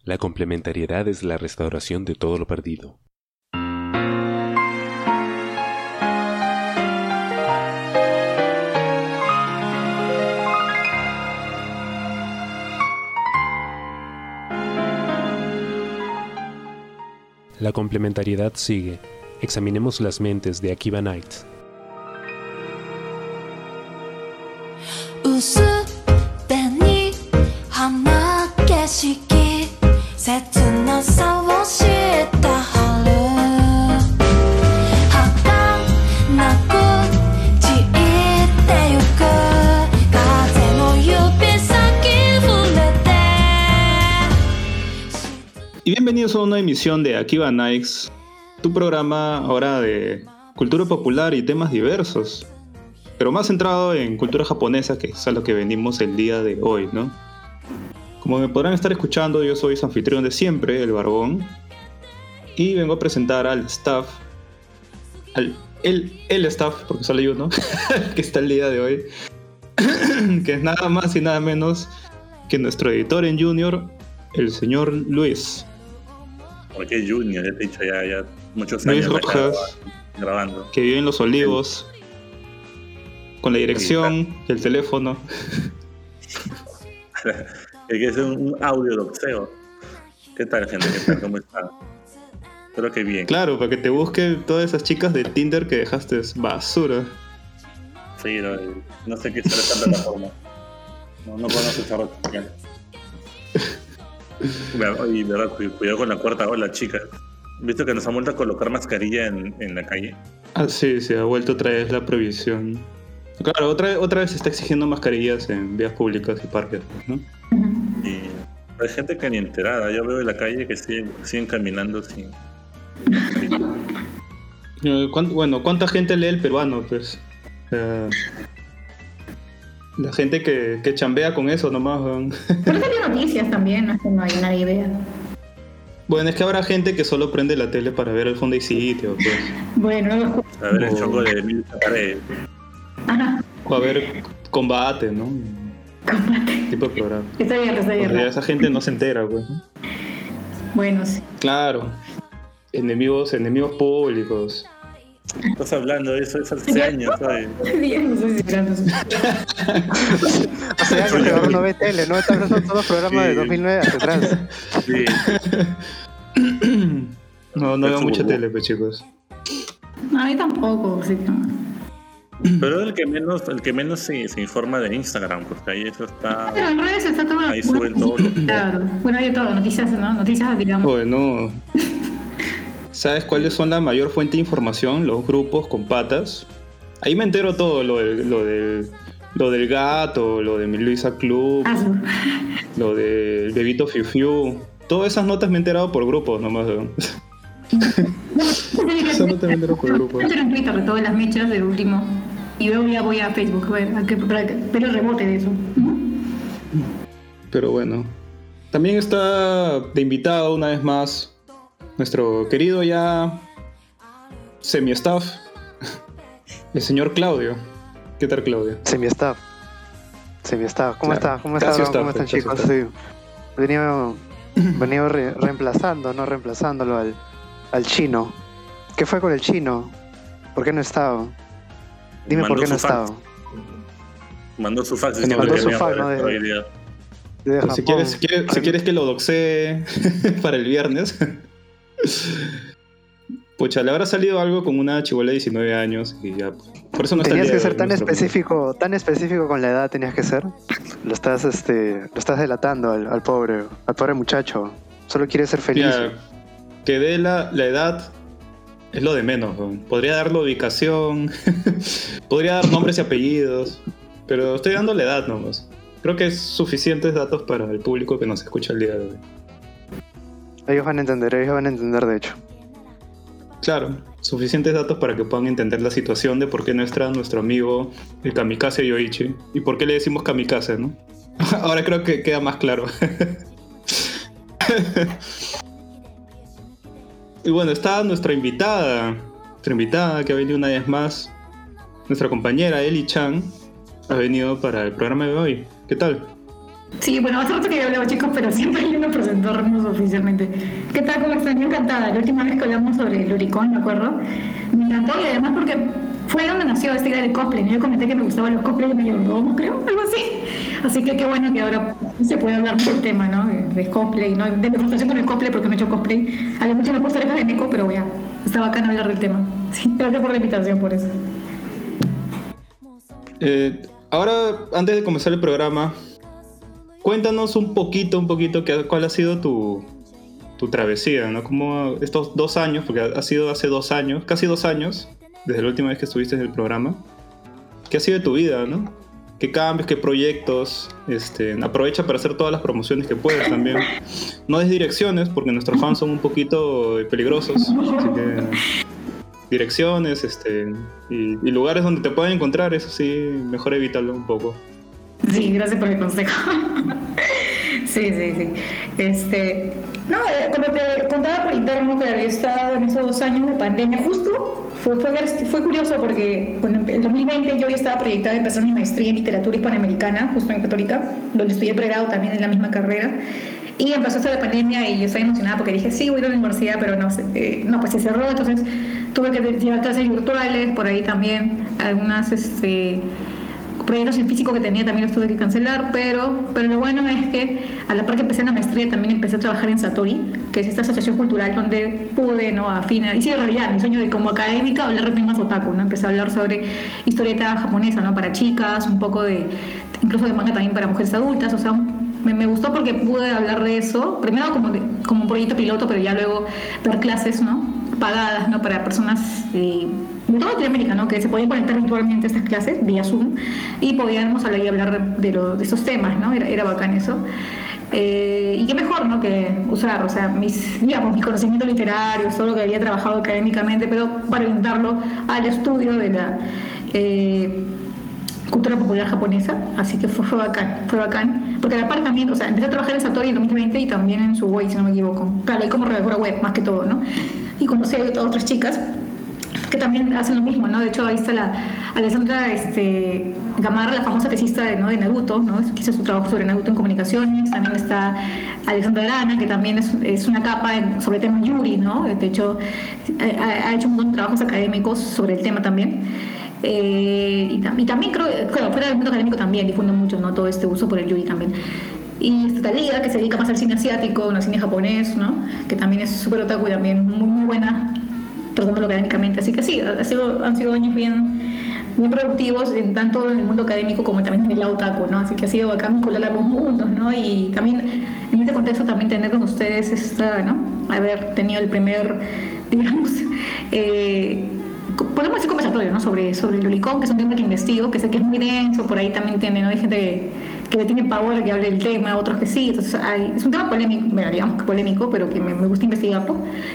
La complementariedad es la restauración de todo lo perdido. La complementariedad sigue. Examinemos las mentes de Akiba Knight. Y bienvenidos a una emisión de Akiba Nights, tu programa ahora de cultura popular y temas diversos, pero más centrado en cultura japonesa, que es a lo que venimos el día de hoy, ¿no? Como me podrán estar escuchando, yo soy su anfitrión de siempre, el Barbón, y vengo a presentar al staff, el staff, porque solo hay uno, que está el día de hoy, que es nada más y nada menos que nuestro editor en Junior, el señor Luis. Ok, Junior, ya te he dicho, ya muchos Luis años Rojas, grabando. que vive en Los Olivos, con la dirección y el teléfono. El que es un audio doxeo. ¿Qué tal, gente? ¿Qué tal? ¿Cómo están? Espero que bien. Claro, para que te busquen todas esas chicas de Tinder que dejaste basura. Sí, no sé qué será esta plataforma. No conozco esa red social. Y verdad, cuidado con la cuarta ola, chicas. ¿Visto que nos han vuelto a colocar mascarilla en la calle? Ah, sí, ha vuelto otra vez la prohibición. Claro, otra vez se está exigiendo mascarillas en vías públicas y parques, ¿no? Y hay gente que ni enterada. Yo veo en la calle que siguen caminando sin mascarilla. Bueno, ¿cuánta gente lee el peruano, pues? La gente que chambea con eso nomás, ¿no? Por eso hay noticias también, no es que no hay nadie vea. Bueno, es que habrá gente que solo prende la tele para ver el fondo y sitio, pues. Bueno, A ver el choco de Emilio Paredes. ajá, O a ver combate, ¿no? combate. Tipo de programa. Está bien, O sea, esa gente no se entera, pues, ¿no? Bueno, sí. Claro. Enemigos públicos. Estás hablando de eso hace años, ¿sabes? Ya no sé si esperando. O sea, que ahora no ve tele, ¿no? Están viendo todos los programas de 2009 hacia atrás. Sí. No veo mucha tele, pues, chicos. No, a mí tampoco, así que... Pero el que menos se informa de Instagram, porque ahí eso está. Pero en redes está todo... Ahí suben todos los. Claro, bueno, hay de todo, noticias, ¿no? Noticias, digamos. Bueno, ¿sabes cuáles son la mayor fuente de información? Los grupos con patas. Ahí me entero todo, lo del gato, lo de mi Luisa Club, Hazlo. lo del bebito Fiu Fiu. Todas esas notas me he enterado por grupos nomás. ¿No? Esas notas me he enterado por grupos. Yo en Twitter de todas las mechas del último. Y luego ya voy a Facebook, a ver, pero el rebote de eso. Pero bueno. También está de invitado una vez más nuestro querido ya semi-staff, el señor Claudio. ¿Qué tal, Claudio? Semi-staff. ¿Cómo Claro. está? Casi ¿Cómo staff, están, casi chicos? staff. Sí. Venido reemplazándolo al chino. ¿Qué fue con el chino? ¿Por qué no ha estado? Dime por qué no ha estado. Mandó su fax. Mandó su fax, ¿no? Hoy día. De Si Japón. quieres que lo doxee para el viernes. Pucha, le habrá salido algo con una chibola de 19 años y ya. Por eso no está el Tenías día que de ser hoy, tan nuestro- específico con la edad, tenías que ser. Lo estás delatando al pobre muchacho. Solo quiere ser feliz. Mira, que dé la edad es lo de menos, ¿no? Podría dar la ubicación, podría dar nombres y apellidos, pero estoy dando la edad nomás. Creo que es suficientes datos para el público que nos escucha el día de hoy. Ellos van a entender de hecho. Claro, suficientes datos para que puedan entender la situación de por qué no está nuestro amigo el Kamikaze Yoichi y por qué le decimos Kamikaze, ¿no? Ahora creo que queda más claro. Y bueno, está nuestra invitada que ha venido una vez más, nuestra compañera Eli Chan, ha venido para el programa de hoy. ¿Qué tal? Sí, bueno, hace rato que yo hablaba, chicos, pero siempre él me presentó Hermoso oficialmente. ¿Qué tal? ¿Cómo están? Yo encantada. La última vez que hablamos sobre el Luricón, me acuerdo, me encantó y además porque fue donde nació esta idea del cosplay. Yo comenté que me gustaban los cosplays de mayordomo, creo, algo así. Así que qué bueno que ahora se puede hablar mucho del tema, ¿no? De cosplay, ¿no? De mi frustración con el cosplay porque no he hecho cosplay. Hablé mucho de cosas académico, pero ya, está bacán hablar del tema. Sí, gracias por la invitación, por eso. Ahora, antes de comenzar el programa, cuéntanos un poquito cuál ha sido tu travesía, ¿no? Como estos 2 años, porque ha sido hace 2 años, casi 2 años, desde la última vez que estuviste en el programa. ¿Qué ha sido de tu vida, no? ¿Qué cambios, qué proyectos? Aprovecha para hacer todas las promociones que puedas también. No des direcciones, porque nuestros fans son un poquito peligrosos, así que direcciones, y lugares donde te pueden encontrar, eso sí, mejor evítalos un poco. Sí, gracias por el consejo. Sí. No, como te contaba por interno que había estado en esos 2 años de pandemia, justo fue curioso porque bueno, en 2020 yo ya estaba proyectada de empezar mi maestría en literatura hispanoamericana, justo en Católica, donde estudié pregrado también en la misma carrera. Y empezó esta la pandemia y yo estaba emocionada porque dije, sí, voy a ir a la universidad, pero no, pues se cerró, entonces tuve que llevar clases virtuales, por ahí también algunas proyectos en físico que tenía también los tuve que cancelar, pero lo bueno es que a la par que empecé en la maestría también empecé a trabajar en Satori, que es esta asociación cultural donde pude, ¿no? Hice realidad mi sueño de como académica hablar de más otaku, ¿no? Empecé a hablar sobre historieta japonesa, ¿no? Para chicas, un poco incluso de manga también para mujeres adultas, o sea, me gustó porque pude hablar de eso, primero como un proyecto piloto, pero ya luego dar clases, ¿no? Pagadas, ¿no? Para personas de toda Latinoamérica, ¿no? Que se podían conectar virtualmente a estas clases vía Zoom y podíamos hablar de esos temas, ¿no? Era bacán eso. Y qué mejor, ¿no? Que usar, o sea, mis conocimientos literarios, todo lo que había trabajado académicamente, pero para orientarlo al estudio de la cultura popular japonesa, así que fue bacán, porque a la par también, o sea, empecé a trabajar en Satori en 2020 y también en Subway, si no me equivoco, claro, ahí como redactora web, más que todo, ¿no? Y conocí a otras chicas que también hacen lo mismo, ¿no? De hecho, ahí está la Alessandra Gamarra, la famosa tesista de Naruto, ¿no? Que hizo su trabajo sobre Naruto en comunicaciones. También está Alexandra Arana, que también es una capa sobre el tema Yuri, ¿no? De hecho, ha hecho un montón de trabajos académicos sobre el tema también. Y también creo, fuera del mundo académico también difunde mucho, ¿no? Todo este uso por el Yuri también. Y está Talía, que se dedica más al cine asiático, al cine japonés, ¿no? Que también es súper otaku y también muy, muy buena tratándolo académicamente. Así que sí, han sido años bien productivos, tanto en el mundo académico como también en el lado otaku, ¿no? Así que ha sido bacán colar ambos mundos, ¿no? Y también en este contexto también tener con ustedes ¿no? Haber tenido el primer, digamos, podemos decir conversatorio, ¿no? Sobre el Luricón, que es un tema que investigo, que sé que es muy denso, por ahí también tiene, ¿no? Hay gente que le tiene pavor a que hable del tema, otros que sí, entonces es un tema polémico, bueno, digamos que polémico, pero que me gusta investigarlo.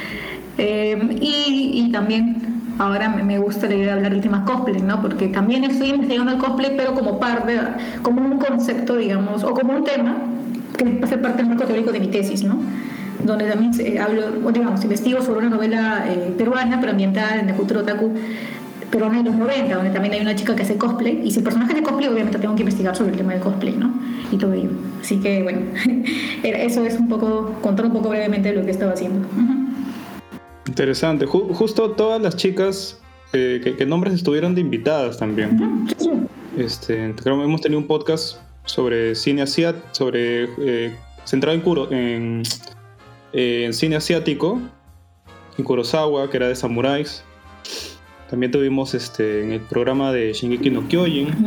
Y también ahora me gusta la idea de hablar del tema cosplay, ¿no? Porque también estoy investigando el cosplay, pero como un concepto, digamos, o como un tema que va a ser parte del marco teórico de mi tesis, ¿no? Donde también investigo sobre una novela peruana, pero ambientada en la cultura otaku peruana de los 90, donde también hay una chica que hace cosplay, y si el personaje de cosplay, obviamente tengo que investigar sobre el tema del cosplay, ¿no? Y todo ello. Así que, bueno, eso es contar un poco brevemente lo que estaba haciendo. Interesante. Justo todas las chicas que nombres estuvieron de invitadas también. Creo que hemos tenido un podcast sobre cine asiático, centrado en cine asiático, en Kurosawa, que era de samuráis. También tuvimos en el programa de Shingeki no Kyojin.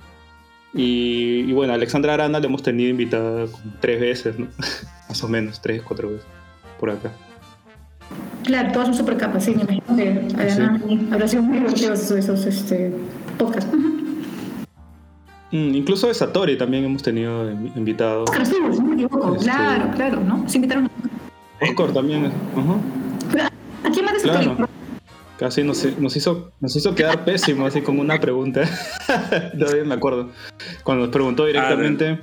Y bueno, Alexandra Arana la hemos tenido invitada 3 veces, ¿no? Más o menos, 3, 4 veces por acá. Claro, todas son súper capas, sí, me imagino que habrá sido muy divertidos esos podcasts. Incluso de Satori también hemos tenido invitados. Oscar, sí, si no me equivoco. Claro, ¿no? Se invitaron. Oscar también. ¿A quién más de Satori? Claro. Casi nos hizo quedar pésimo, así como una pregunta. Todavía me acuerdo. Cuando nos preguntó directamente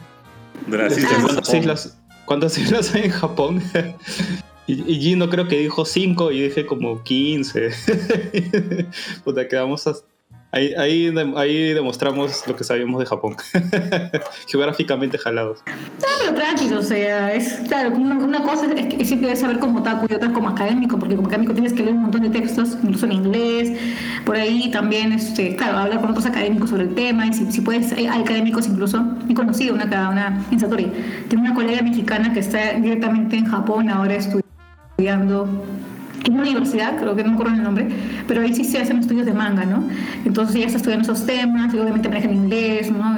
¿cuántas islas hay en Japón? Y Gino creo que dijo 5 y dije como 15. Puta, quedamos Ahí demostramos lo que sabíamos de Japón. Geográficamente jalados. Pero tranquilo, o sea, es claro, una cosa es que sí debes saber como otaku y otra como académico, porque como académico tienes que leer un montón de textos, incluso en inglés, por ahí también, claro, hablar con otros académicos sobre el tema, y si puedes, hay académicos incluso, he conocido una en Satori, tengo una colega mexicana que está directamente en Japón ahora estudiando en una universidad, creo que no me acuerdo el nombre, pero ahí sí se hacen estudios de manga, ¿no? Entonces ella está estudiando esos temas, y obviamente maneja el inglés, ¿no?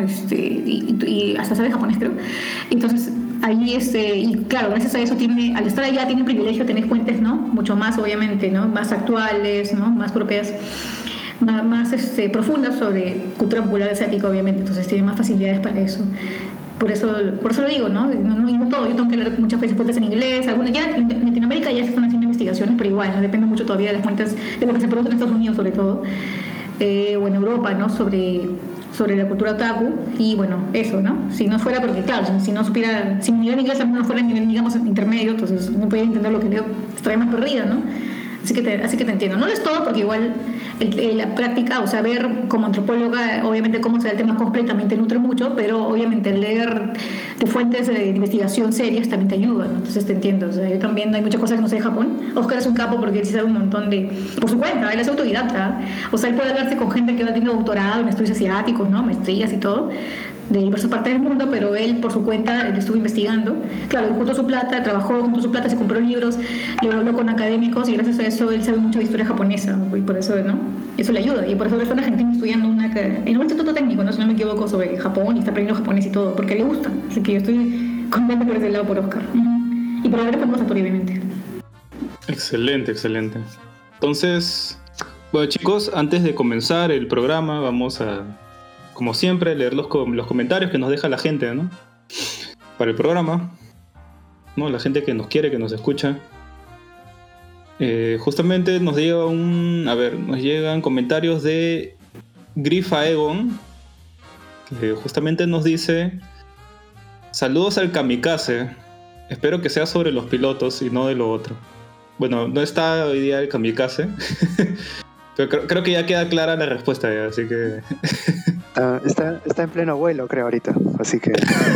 Y hasta sabe japonés, creo. Entonces ahí, y claro, gracias a eso al estar allá tiene el privilegio de tener fuentes, ¿no? Mucho más, obviamente, ¿no? Más actuales, ¿no? Más propias, más profundas sobre cultura popular asiática, obviamente. Entonces tiene más facilidades para eso. Por eso lo digo, ¿no? Y no todo, yo tengo que leer muchas veces fuentes en inglés, algunas ya en Latinoamérica ya se están haciendo investigaciones, pero igual, ¿no? Depende mucho todavía de las fuentes, de lo que se produce en Estados Unidos sobre todo, o en Europa, ¿no? Sobre la cultura otaku, y bueno, eso, ¿no? Si no fuera porque, claro, si no supiera, si mi nivel de inglés no fuera nivel, digamos, intermedio, entonces no podía entender lo que leo, estaría más perdida, ¿no? Así que te entiendo. No es todo, porque igual la práctica, o sea, ver como antropóloga, obviamente cómo se da el tema completamente nutre mucho, pero obviamente leer de fuentes de investigación serias también te ayuda, ¿no? Entonces te entiendo. O sea, yo también hay muchas cosas que no sé de Japón. Oscar es un capo porque él sí sabe un montón por su cuenta, él es autodidacta. O sea, él puede hablarse con gente que ha tenido doctorado en estudios asiáticos, ¿no? Maestrías y todo, de diversas partes del mundo, pero él por su cuenta él estuvo investigando. Claro, él juntó su plata, se compró libros, le habló con académicos, y gracias a eso él sabe mucho de historia japonesa, y por eso, ¿no? Eso le ayuda, y por eso él está en Argentina estudiando en un instituto técnico, ¿no? Si no me equivoco, sobre Japón, y está aprendiendo japonés y todo, porque le gusta. Así que yo estoy contenta por ese lado por Oscar. Y por haber respondido a Satori, obviamente. Excelente. Entonces, bueno, chicos, antes de comenzar el programa, vamos a, como siempre, leer los comentarios que nos deja la gente, ¿no? Para el programa, ¿no? La gente que nos quiere, que nos escucha. Justamente nos llegan comentarios de Grifa Egon, que justamente nos dice: saludos al kamikaze, espero que sea sobre los pilotos y no de lo otro. Bueno, no está hoy día el kamikaze, pero creo que ya queda clara la respuesta ya, así que... Está en pleno vuelo, creo, ahorita, así que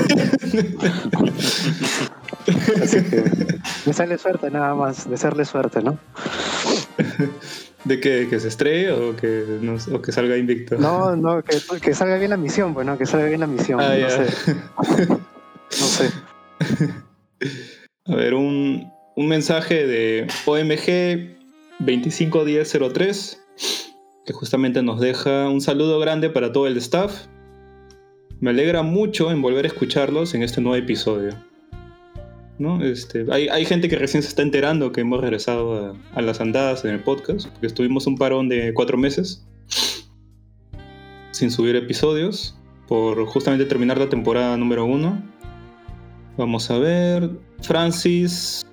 desearle suerte, nada más, desearle suerte, ¿no? ¿De que se estrelle o que salga invicto? No, que salga bien la misión, pues, ¿no? Que salga bien la misión, ya. No sé. A ver, un mensaje de OMG 251003, que justamente nos deja un saludo grande para todo el staff. Me alegra mucho en volver a escucharlos en este nuevo episodio, ¿no? Hay gente que recién se está enterando que hemos regresado a las andadas en el podcast, porque estuvimos un parón de 4 meses sin subir episodios por justamente terminar la temporada número 1. Vamos a ver, Francis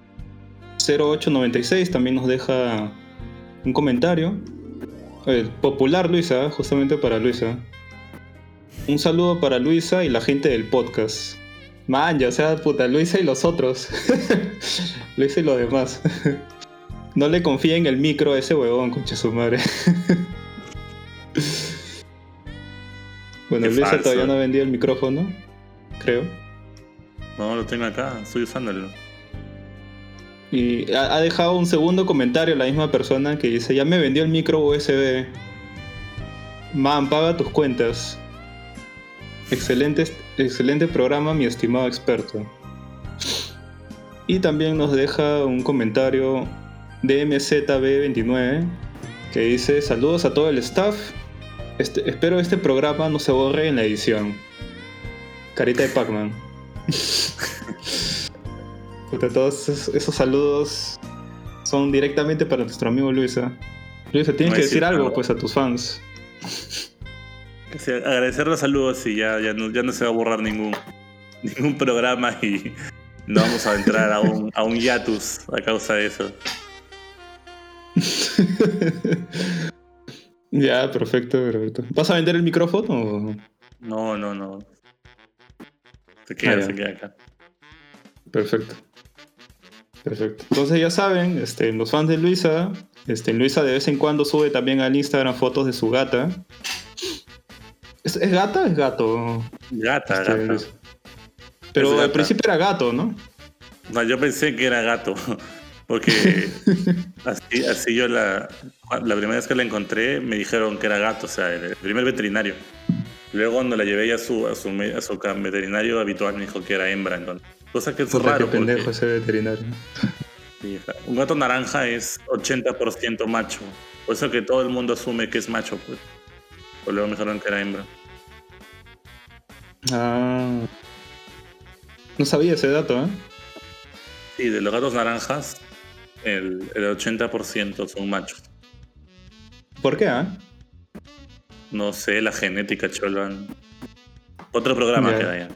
0896 también nos deja un comentario. Popular Luisa, justamente para Luisa. Un saludo para Luisa y la gente del podcast. Man, ya sea puta, Luisa y los otros. Luisa y los demás. No le confíen el micro a ese huevón, concha su madre. Bueno, Qué Luisa falso. todavía no vendió el micrófono, creo. No, lo tengo acá, estoy usándolo. Y ha dejado un segundo comentario la misma persona que dice: ya me vendió el micro USB. Man, paga tus cuentas. Excelente programa, mi estimado experto. Y también nos deja un comentario de MZB29 que dice: saludos a todo el staff. Espero este programa no se borre en la edición. Carita de Pac-Man. Puta, todos esos saludos son directamente para nuestro amigo Luisa. Luisa, tienes No que es decir cierto. algo pues a tus fans. Agradecer los saludos y ya no se va a borrar ningún programa, y no vamos a entrar a un hiatus a causa de eso. Ya, perfecto. ¿Vas a vender el micrófono o...? No. Se queda acá. Perfecto. Perfecto. Entonces ya saben, los fans de Luisa, Luisa de vez en cuando sube también al Instagram fotos de su gata. ¿Es gata o es gato? Gata. Luisa. Pero Es al gata. principio era gato, ¿no? No, yo pensé que era gato. Porque así yo la primera vez que la encontré me dijeron que era gato, o sea, el primer veterinario. Luego cuando la llevé ya a su veterinario habitual me dijo que era hembra, entonces. Cosa que es Puta, raro. qué pendejo Porque, ese veterinario. sí, o sea, un gato naranja es 80% macho. Por eso que todo el mundo asume que es macho, pues. O luego me dijeron que era hembra. Ah. No sabía ese dato, ¿eh? Sí, de los gatos naranjas, el 80% son machos. ¿Por qué, ah? No sé, la genética, cholan. Otro programa Ya. queda ya.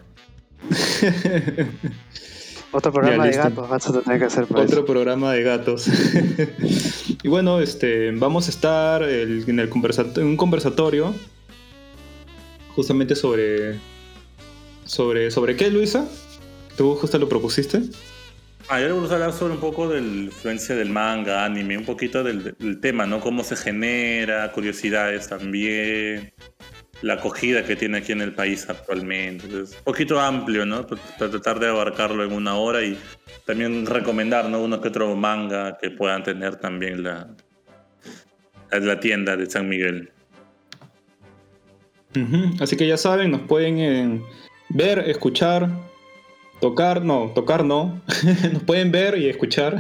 Otro programa de listo. gatos vas a tener que hacer para Otro eso. programa de gatos. Y bueno, vamos a estar en un conversatorio justamente sobre qué, Luisa. ¿Tú justo lo propusiste? Yo le gusta hablar sobre un poco de la influencia del manga, anime, un poquito del tema, ¿no? Cómo se genera, curiosidades también, la acogida que tiene aquí en el país actualmente. Entonces, un poquito amplio, ¿no? Tratar de abarcarlo en una hora y también recomendar, ¿no? Uno que otro manga que puedan tener también la tienda de San Miguel. Ujú. Así que ya saben, nos pueden ver, escuchar, tocar no. Nos pueden ver y escuchar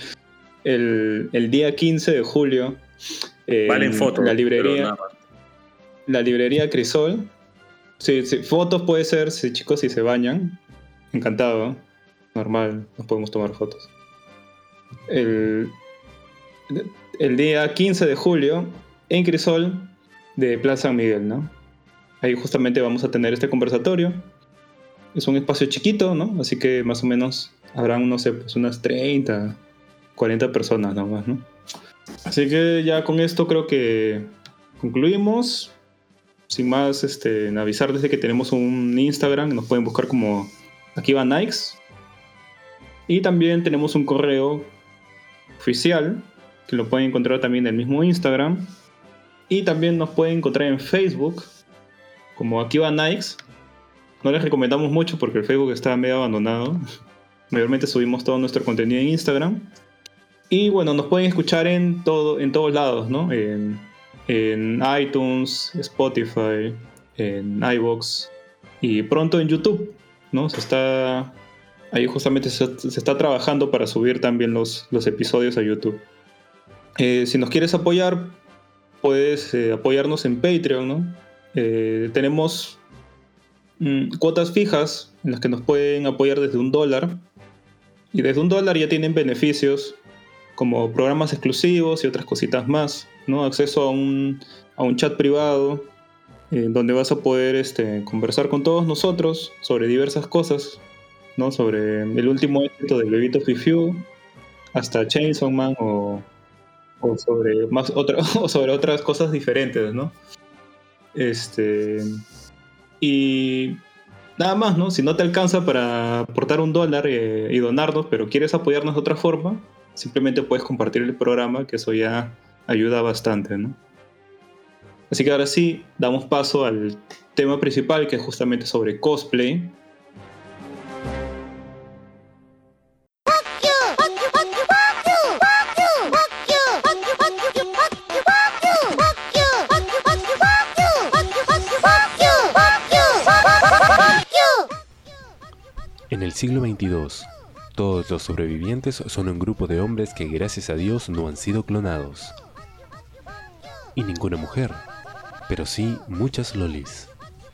el día 15 de julio en Valen fotos, la pero librería. nada más. La librería Crisol. Sí, fotos puede ser, sí, chicos, si se bañan. Encantado. Normal, nos podemos tomar fotos. El día 15 de julio en Crisol de Plaza San Miguel, ¿no? Ahí justamente vamos a tener este conversatorio. Es un espacio chiquito, ¿no? Así que más o menos habrán, no sé, pues unas 30, 40 personas nomás, ¿no? Así que ya con esto creo que concluimos. Sin más, en avisarles de que tenemos un Instagram, nos pueden buscar como Aquí va Nikes. Y también tenemos un correo oficial, que lo pueden encontrar también en el mismo Instagram. Y también nos pueden encontrar en Facebook, como Aquí va Nikes. No les recomendamos mucho porque el Facebook está medio abandonado. Mayormente subimos todo nuestro contenido en Instagram. Y bueno, nos pueden escuchar en todos lados, ¿no? En iTunes, Spotify, en iVoox y pronto en YouTube, ¿no? Ahí justamente se está trabajando para subir también los episodios a YouTube. Si nos quieres apoyar, puedes apoyarnos en Patreon, ¿no? Tenemos cuotas fijas en las que nos pueden apoyar desde $1. Y desde $1 ya tienen beneficios como programas exclusivos y otras cositas más, ¿no? Acceso a un chat privado donde vas a poder conversar con todos nosotros sobre diversas cosas, ¿no? Sobre el último éxito de Bebito Fifiu hasta Chainsaw Man o sobre o sobre otras cosas diferentes, ¿no? Y nada más, ¿no? Si no te alcanza para aportar $1 y donarnos, pero quieres apoyarnos de otra forma, simplemente puedes compartir el programa, que eso ya ayuda bastante, ¿no? Así que ahora sí, damos paso al tema principal, que es justamente sobre cosplay. En el siglo XXII, todos los sobrevivientes son un grupo de hombres que gracias a Dios no han sido clonados. Y ninguna mujer, pero sí muchas lolis.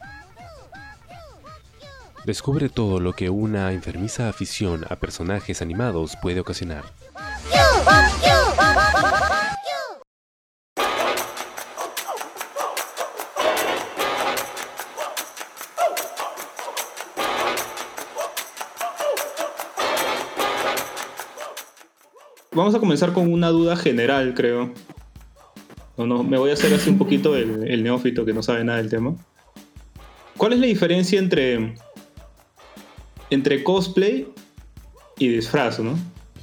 Descubre todo lo que una enfermiza afición a personajes animados puede ocasionar. Vamos a comenzar con una duda general, creo. No, me voy a hacer así un poquito el neófito que no sabe nada del tema. ¿Cuál es la diferencia entre cosplay y disfraz, ¿no?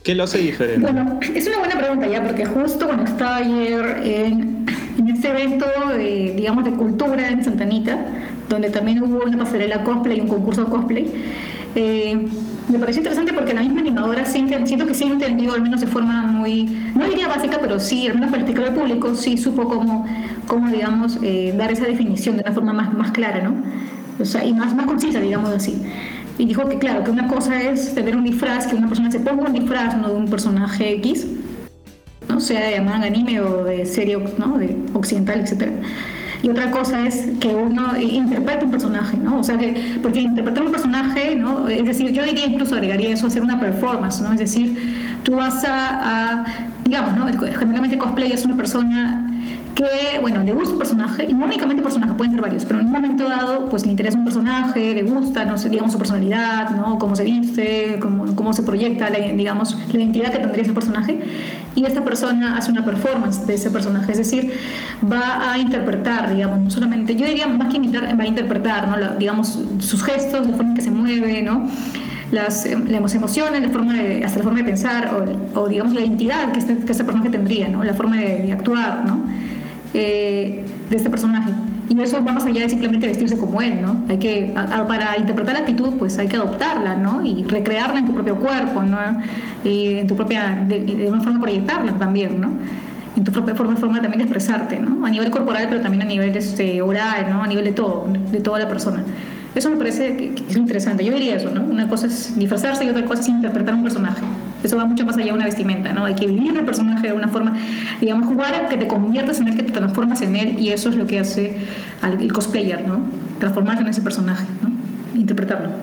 ¿Qué lo hace diferente? Bueno, es una buena pregunta ya, porque justo cuando estaba ayer en este evento, digamos, de cultura en Santa Anita, donde también hubo una pasarela cosplay y un concurso de cosplay, me pareció interesante porque la misma animadora siento que sí entendió, al menos de forma muy, no diría básica, pero sí, al menos para explicar al público, sí supo cómo digamos, dar esa definición de una forma más clara, ¿no? O sea, y más concisa, digamos así. Y dijo que claro, que una cosa es tener un disfraz, que una persona se ponga un disfraz, ¿no?, de un personaje X, ¿no?, sea de manga, anime o de serie, ¿no?, de occidental, etcétera. Y otra cosa es que uno interprete un personaje, ¿no? O sea, porque interpretar un personaje, ¿no?, es decir, yo diría, incluso agregaría eso, hacer una performance, ¿no? Es decir, tú vas digamos, ¿no?, generalmente cosplay es una persona que, bueno, le gusta un personaje, y no únicamente personajes, pueden ser varios, pero en un momento dado, pues le interesa un personaje, le gusta, no sé, digamos, su personalidad, ¿no?, cómo se viste, cómo se proyecta, digamos, la identidad que tendría ese personaje, y esta persona hace una performance de ese personaje, es decir, va a interpretar, digamos, no solamente, yo diría más que imitar, va a interpretar, ¿no?, digamos, sus gestos, la forma en que se mueve, ¿no?, las emociones, hasta la forma de pensar, o digamos, la identidad que este personaje tendría, ¿no?, la forma de actuar, ¿no?, de este personaje. Y eso va más allá de simplemente vestirse como él, ¿no? Hay que, para interpretar la actitud, pues hay que adoptarla, ¿no? Y recrearla en tu propio cuerpo, ¿no? Y en tu propia, de una forma proyectarla también, ¿no? En tu propia forma también de expresarte, ¿no? A nivel corporal, pero también a nivel oral, ¿no? A nivel de toda la persona. Eso me parece que es interesante. Yo diría eso, ¿no? Una cosa es disfrazarse y otra cosa es interpretar un personaje. Eso va mucho más allá de una vestimenta, ¿no? Hay que vivir el personaje de una forma, digamos, jugar a que te conviertas en él, que te transformas en él, y eso es lo que hace el cosplayer, ¿no? Transformarse en ese personaje, ¿no? Interpretarlo.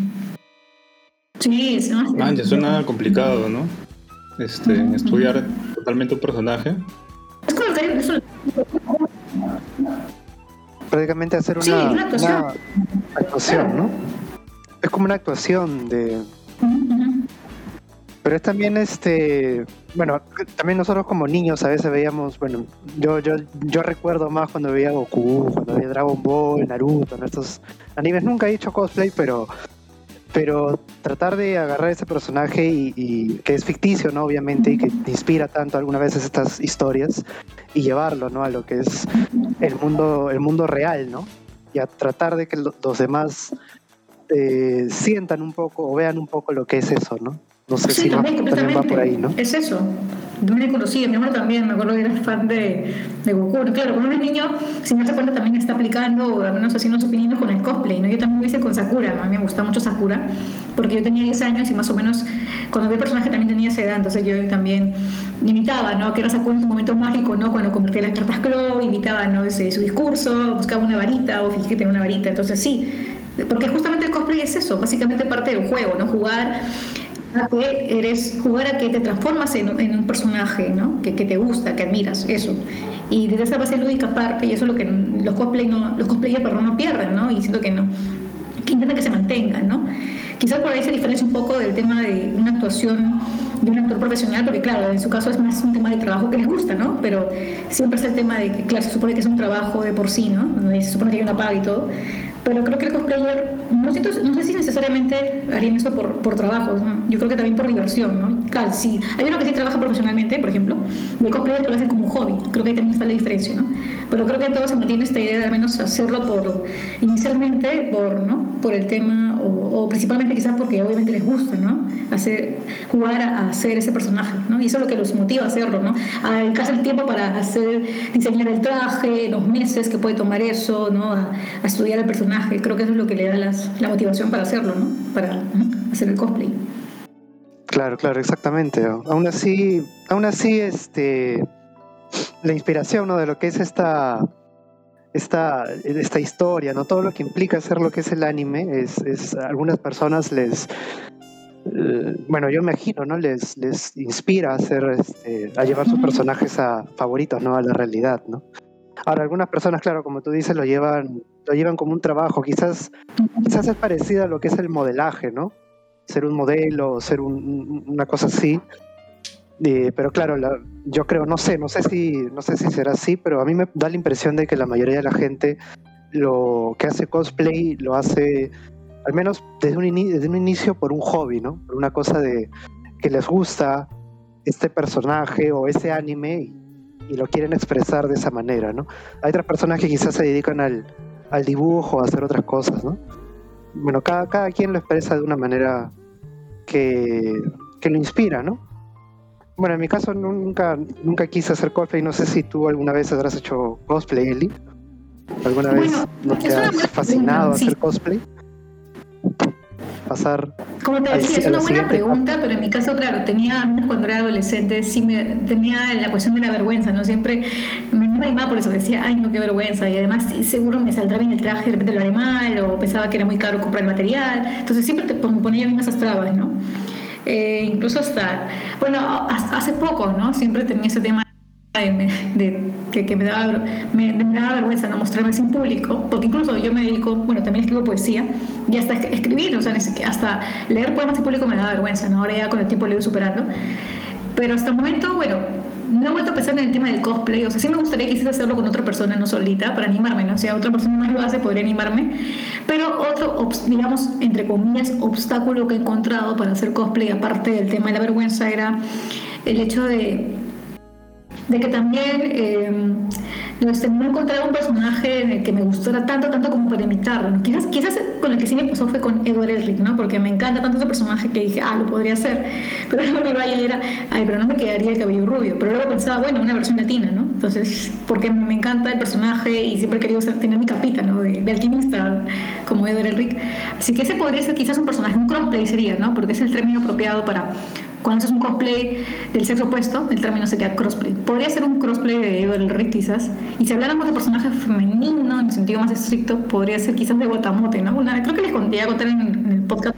Sí, es más. Mancha, suena complicado, ¿no? Estudiar totalmente un personaje. Es como que eso. Prácticamente hacer una actuación, ¿no? Es como una actuación de... Pero es también bueno, también nosotros como niños a veces veíamos, bueno, yo recuerdo más cuando veía Goku, cuando veía Dragon Ball, Naruto, ¿no? Estos animes. Nunca he hecho cosplay, pero tratar de agarrar ese personaje y que es ficticio, ¿no?, obviamente, y que te inspira tanto algunas veces estas historias, y llevarlo, ¿no?, a lo que es el mundo real, ¿no? Y a tratar de que los demás sientan un poco o vean un poco lo que es eso, ¿no? No sé si también va por ahí, ¿no? Es eso. Yo me conocí, mi hermano también, me acuerdo que era fan de Goku. Claro, cuando uno es niño, sin darse cuenta, también está aplicando, o al menos haciendo sus opiniones con el cosplay, ¿no? Yo también lo hice con Sakura, ¿no? A mí me gusta mucho Sakura, porque yo tenía 10 años y más o menos, cuando vi el personaje también tenía esa edad, entonces yo también imitaba, ¿no?, que era Sakura en su momento mágico, ¿no?, cuando convertía las cartas Claw, imitaba, ¿no?, su discurso, buscaba una varita o fingía que tenía una varita, entonces sí, porque justamente el cosplay es eso, básicamente parte del juego, ¿no?, jugar a que te transformas en un personaje, ¿no?, que te gusta, que admiras, eso. Y desde esa base lúdica parte, y eso es lo que los cosplayers no pierden, ¿no?, y siento que intentan que se mantengan, ¿no? Quizás por ahí se diferencia un poco del tema de una actuación de un actor profesional, porque claro, en su caso es más un tema de trabajo que les gusta, ¿no? Pero siempre es el tema de que, claro, se supone que es un trabajo de por sí, ¿no? Se supone que hay una paga y todo. Pero creo que el cosplayer, no sé si necesariamente harían eso por trabajo, ¿no? Yo creo que también por diversión, ¿no? Claro, sí, hay uno que sí trabaja profesionalmente, por ejemplo, y el cosplayer que lo hace como un hobby, creo que ahí también está la diferencia, ¿no? Pero creo que en todo se mantiene esta idea de al menos hacerlo inicialmente por el tema, o principalmente quizás porque obviamente les gusta, ¿no? Jugar a hacer ese personaje, ¿no? Y eso es lo que los motiva a hacerlo, ¿no? A dedicarse el tiempo para diseñar el traje, los meses que puede tomar eso, ¿no? A estudiar el personaje. Creo que eso es lo que le da la motivación para hacerlo, ¿no? Para hacer el cosplay. Claro, exactamente. Aún así, la inspiración, ¿no?, de lo que es esta historia, ¿no? Todo lo que implica hacer lo que es el anime, es a algunas personas bueno, yo imagino, ¿no?, les inspira a llevar sus personajes favoritos, ¿no?, a la realidad, ¿no? Ahora, algunas personas, claro, como tú dices, lo llevan como un trabajo. Quizás es parecido a lo que es el modelaje, ¿no? Ser un modelo, ser una cosa así. Pero claro, yo creo, no sé si será así, pero a mí me da la impresión de que la mayoría de la gente lo que hace cosplay lo hace, al menos desde un inicio, por un hobby, ¿no? Por una cosa que les gusta este personaje o ese anime y lo quieren expresar de esa manera, ¿no? Hay otras personas que quizás se dedican al dibujo, a hacer otras cosas, ¿no? Bueno, cada quien lo expresa de una manera que lo inspira, ¿no? Bueno, en mi caso nunca quise hacer cosplay. No sé si tú alguna vez habrás hecho cosplay, Eli. ¿Alguna vez no te has fascinado a hacer cosplay? Pasar. Como te decía, es una buena pregunta, pero en mi caso, claro, cuando era adolescente, tenía la cuestión de la vergüenza, ¿no? Siempre me animaba por eso, decía, ay, no, qué vergüenza, y además seguro me saldrá bien el traje, de repente lo haré mal, o pensaba que era muy caro comprar el material, entonces siempre me ponía bien esas trabas, ¿no? Incluso hace poco, ¿no? Siempre tenía ese tema de que me daba vergüenza no mostrarme sin público, porque incluso yo me dedico, también escribo poesía y hasta escribir, o sea, hasta leer poemas sin público me daba vergüenza, ¿no? Ahora ya con el tiempo lo he ido superando, pero hasta el momento, no he vuelto a pensar en el tema del cosplay. O sea, sí me gustaría quizás hacerlo con otra persona, no solita, para animarme, ¿no? O sea, otra persona más lo hace, podría animarme. Pero otro, digamos, entre comillas, obstáculo que he encontrado para hacer cosplay, aparte del tema de la vergüenza, era el hecho de que también no he encontrado un personaje en el que me gustara tanto como para imitarlo, ¿no? Quizás con el que sí me pasó fue con Edward Elric, ¿no? Porque me encanta tanto ese personaje que dije, lo podría hacer. Pero luego mi vaya era, pero no me quedaría el cabello rubio. Pero luego pensaba, una versión latina, ¿no? Entonces, porque me encanta el personaje y siempre he querido tener mi capita, ¿no? De alquimista, como Edward Elric. Así que ese podría ser quizás un personaje, un crossplay sería, ¿no? Porque es el término apropiado para cuando haces un cosplay del sexo opuesto, el término sería crossplay. Podría ser un crossplay de Edward Elric quizás. Y si habláramos de personaje femenino, en el sentido más estricto, podría ser quizás de Watamote, ¿no? Creo que les conté a contar en el podcast.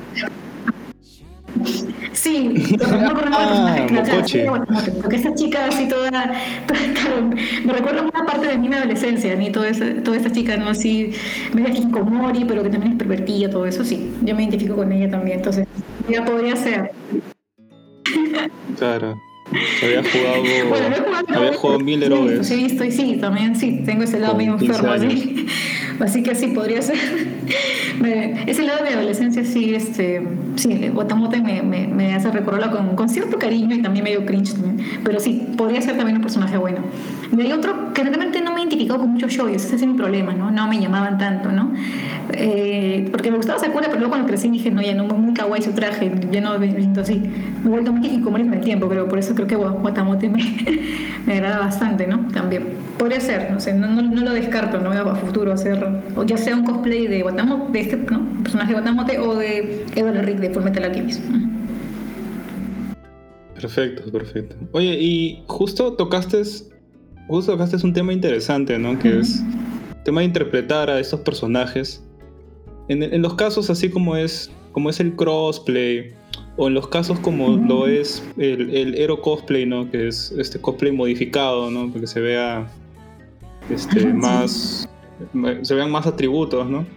Sí, no personaje, porque esa chica así toda claro, me recuerda una parte de mi adolescencia, ni toda esta chica, ¿no? Así, media hikikomori, pero que también es pervertida, todo eso, sí. Yo me identifico con ella también, entonces ya podría ser. Claro. Había jugado 1000 héroes. Sí, también sí, tengo ese lado medio enfermo, ¿sí? Así que sí, podría ser. Ese lado de mi adolescencia sí, Watamote me hace recordarlo con cierto cariño y también medio cringe también. Pero sí, podría ser también un personaje bueno. Y hay otro que realmente no me he identificado con muchos shows, ese es mi problema, ¿no? No me llamaban tanto, ¿no? Porque me gustaba Sakura, pero luego cuando crecí dije, no, ya no, muy kawaii su traje, ya no me siento así. Me he vuelto muy hikikomori con el tiempo, pero por eso creo que Watamote me agrada bastante, ¿no? También. Podría ser, no sé, no lo descarto, ¿no? A futuro hacer, o ya sea un cosplay de Watamote, de este, ¿no? Personaje de Watamote o de Edward Elric de Fullmetal Alchemist. Perfecto. Oye, y justo tocaste un tema interesante, ¿no? Que es el tema de interpretar a estos personajes. En los casos así como es el crossplay, o en los casos como lo es el Hero cosplay, ¿no? Que es este cosplay modificado, ¿no? Para que se vea se vean más atributos, ¿no?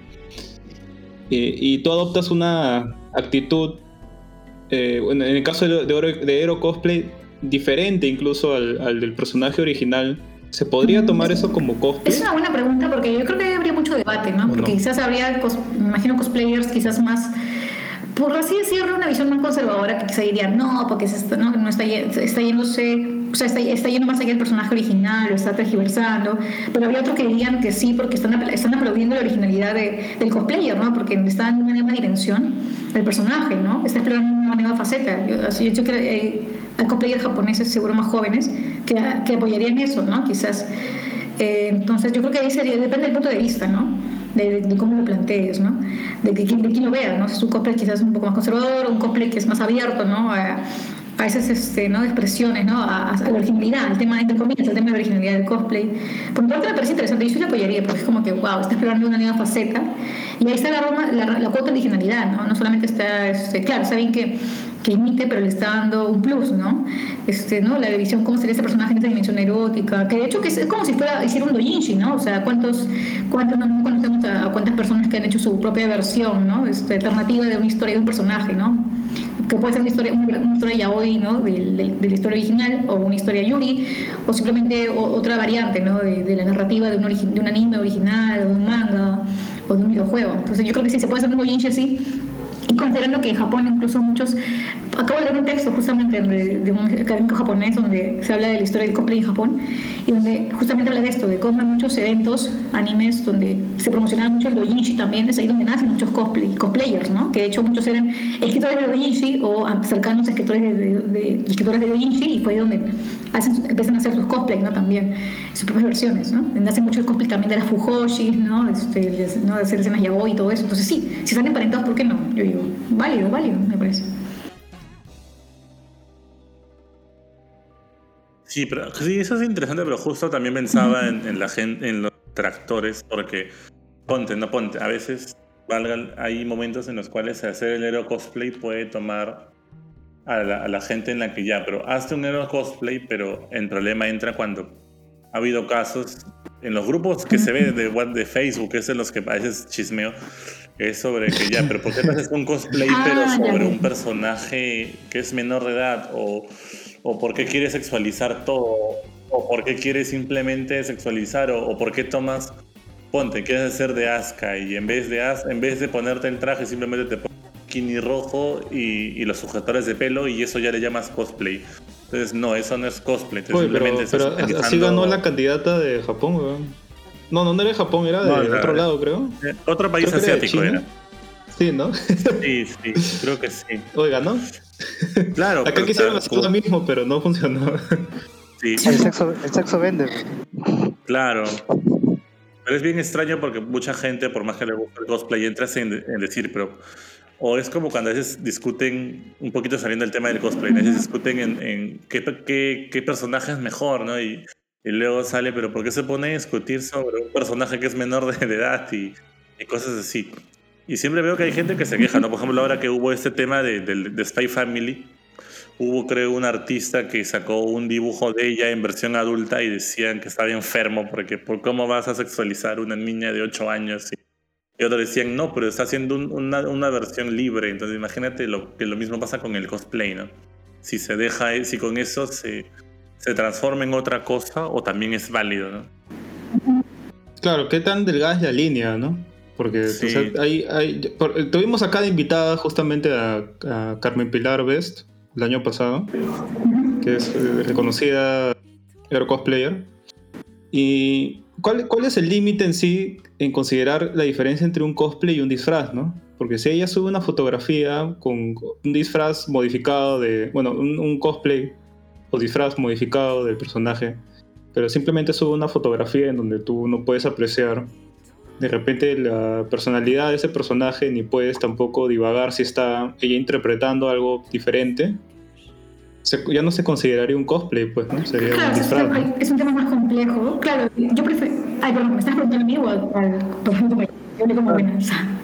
Y tú adoptas una actitud, en el caso de Hero cosplay, diferente incluso al del personaje original. ¿Se podría tomar eso como cosplay? Es una buena pregunta, porque yo creo que habría mucho debate, ¿no? Porque quizás habría, me imagino, cosplayers quizás más, por así decirlo, una visión más conservadora, que quizás dirían, no, porque no está yéndose, o sea, está yendo más allá del personaje original, lo está tergiversando. Pero había otros que dirían que sí, porque están aplaudiendo la originalidad del cosplayer, ¿no? Porque está dando una nueva dimensión del personaje, ¿no? Está explorando una nueva faceta. Yo creo que hay cosplayers japoneses, seguro más jóvenes, que apoyarían eso, ¿no? Quizás. Entonces yo creo que ahí depende del punto de vista, ¿no? De cómo lo plantees, ¿no? De quién lo vea, ¿no? Si es un cosplay quizás un poco más conservador, o un cosplay que es más abierto, ¿no? A esas ¿no? expresiones, ¿no? A la originalidad, al tema, entre comillas, el tema de la originalidad del cosplay. Por mi parte me parece interesante, yo sí lo apoyaría, porque es como que, wow, está explorando una nueva faceta, y ahí está la cuota de originalidad, ¿no? No solamente está, claro, está bien que imite, pero le está dando un plus, ¿no? ¿no? La visión, cómo sería ese personaje en esa dimensión erótica, que de hecho que es como si hiciera un doujinshi, ¿no? O sea, ¿cuántos no conocemos a cuántas personas que han hecho su propia versión, ¿no? Alternativa de una historia de un personaje, ¿no? Que puede ser una historia yaoi, ¿no? De la historia original, o una historia yuri, o simplemente otra variante, ¿no? De la narrativa de un anime original, o de un manga, o de un videojuego. Entonces yo creo que sí se puede hacer un doujinshi así. Y considerando que en Japón incluso muchos acabo de leer un texto justamente de un académico japonés donde se habla de la historia del cosplay en Japón y donde justamente habla de esto, de cómo en muchos eventos, animes, donde se promocionaba mucho el doujinshi también, es ahí donde nacen muchos cosplayers, ¿no? Que de hecho muchos eran escritores de doujinshi o cercanos a escritores de doujinshi y fue ahí donde empiezan a hacer sus cosplays, ¿no? También sus propias versiones, ¿no? Nace mucho el cosplay también de las fujoshis, ¿no? ¿no? De hacer escenas yaoi y todo eso. Entonces sí, si están emparentados, ¿por qué no? Yo digo, válido, me parece. Sí, pero sí, eso es interesante, pero justo también pensaba en la gente, en los tractores, porque ponte, a veces hay momentos en los cuales hacer el héroe cosplay puede tomar a la gente en la que ya, pero hazte un héroe cosplay, pero el problema entra cuando ha habido casos en los grupos que se ve de Facebook, es en los que a veces chismeo, es sobre que ya, pero ¿por qué no haces un cosplay pero sobre un personaje que es menor de edad? O por qué quieres sexualizar todo, o por qué quieres simplemente sexualizar, o por qué tomas, quieres hacer de Asuka y en vez de ponerte el traje simplemente te pones bikini rojo y los sujetores de pelo y eso ya le llamas cosplay. Entonces no, eso no es cosplay. Pero así ganó la candidata de Japón, weón. No era de Japón, era de otro lado, creo. Otro país asiático era. Sí, ¿no? Sí, creo que sí. Oiga, ¿no? Claro. Acá quisieron hacer lo mismo, pero no funcionó. Sí. El sexo vende. Claro. Pero es bien extraño porque mucha gente, por más que le guste el cosplay, entra en decir, pero... O es como cuando a veces discuten, un poquito saliendo del tema del cosplay, a veces discuten en qué personaje es mejor, ¿no? Y luego sale, pero ¿por qué se pone a discutir sobre un personaje que es menor de edad y cosas así? Y siempre veo que hay gente que se queja, ¿no? Por ejemplo, ahora que hubo este tema de Spy Family, hubo, creo, un artista que sacó un dibujo de ella en versión adulta y decían que estaba enfermo porque ¿por cómo vas a sexualizar a una niña de 8 años? Y otros decían, no, pero está haciendo una versión libre. Entonces imagínate que lo mismo pasa con el cosplay, ¿no? Si se deja, si con eso se transforma en otra cosa o también es válido, ¿no? Claro, qué tan delgada es la línea, ¿no? Porque sí. O sea, tuvimos acá de invitada justamente a Carmen Pilar Best el año pasado, que es reconocida hero cosplayer. ¿Y cuál es el límite en sí en considerar la diferencia entre un cosplay y un disfraz, ¿no? Porque si ella sube una fotografía con un disfraz modificado un cosplay o disfraz modificado del personaje, pero simplemente sube una fotografía en donde tú no puedes apreciar de repente la personalidad de ese personaje, ni puedes tampoco divagar si está ella interpretando algo diferente, ya no se consideraría un cosplay, pues, ¿no? Sería un disfraz. Es un tema más complejo. Claro, yo prefiero... Ay, perdón, ¿me estás preguntando a mí o al por ejemplo, yo hablé como buena?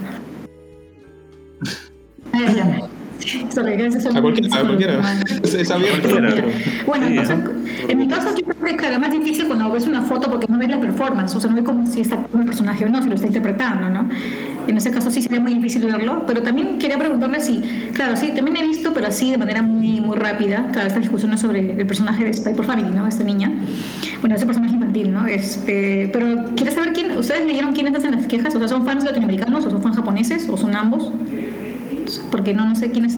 A cualquiera. Es abierto. Bueno, sí, o sea, en mi caso yo creo que es más difícil cuando ves una foto porque no ves la performance, o sea, no ves como si está un personaje o no, si lo está interpretando, ¿no? En ese caso sí sería muy difícil verlo, pero también quería preguntarle si, claro, sí, también he visto, pero así de manera muy, muy rápida, claro, estas discusiones sobre el personaje de Spy por Family, ¿no? Esta niña, bueno, ese personaje infantil, ¿no? Pero ¿quieres saber ustedes leyeron quiénes hacen las quejas? O sea, ¿son fans latinoamericanos o son fans japoneses o son ambos? Porque no sé quiénes.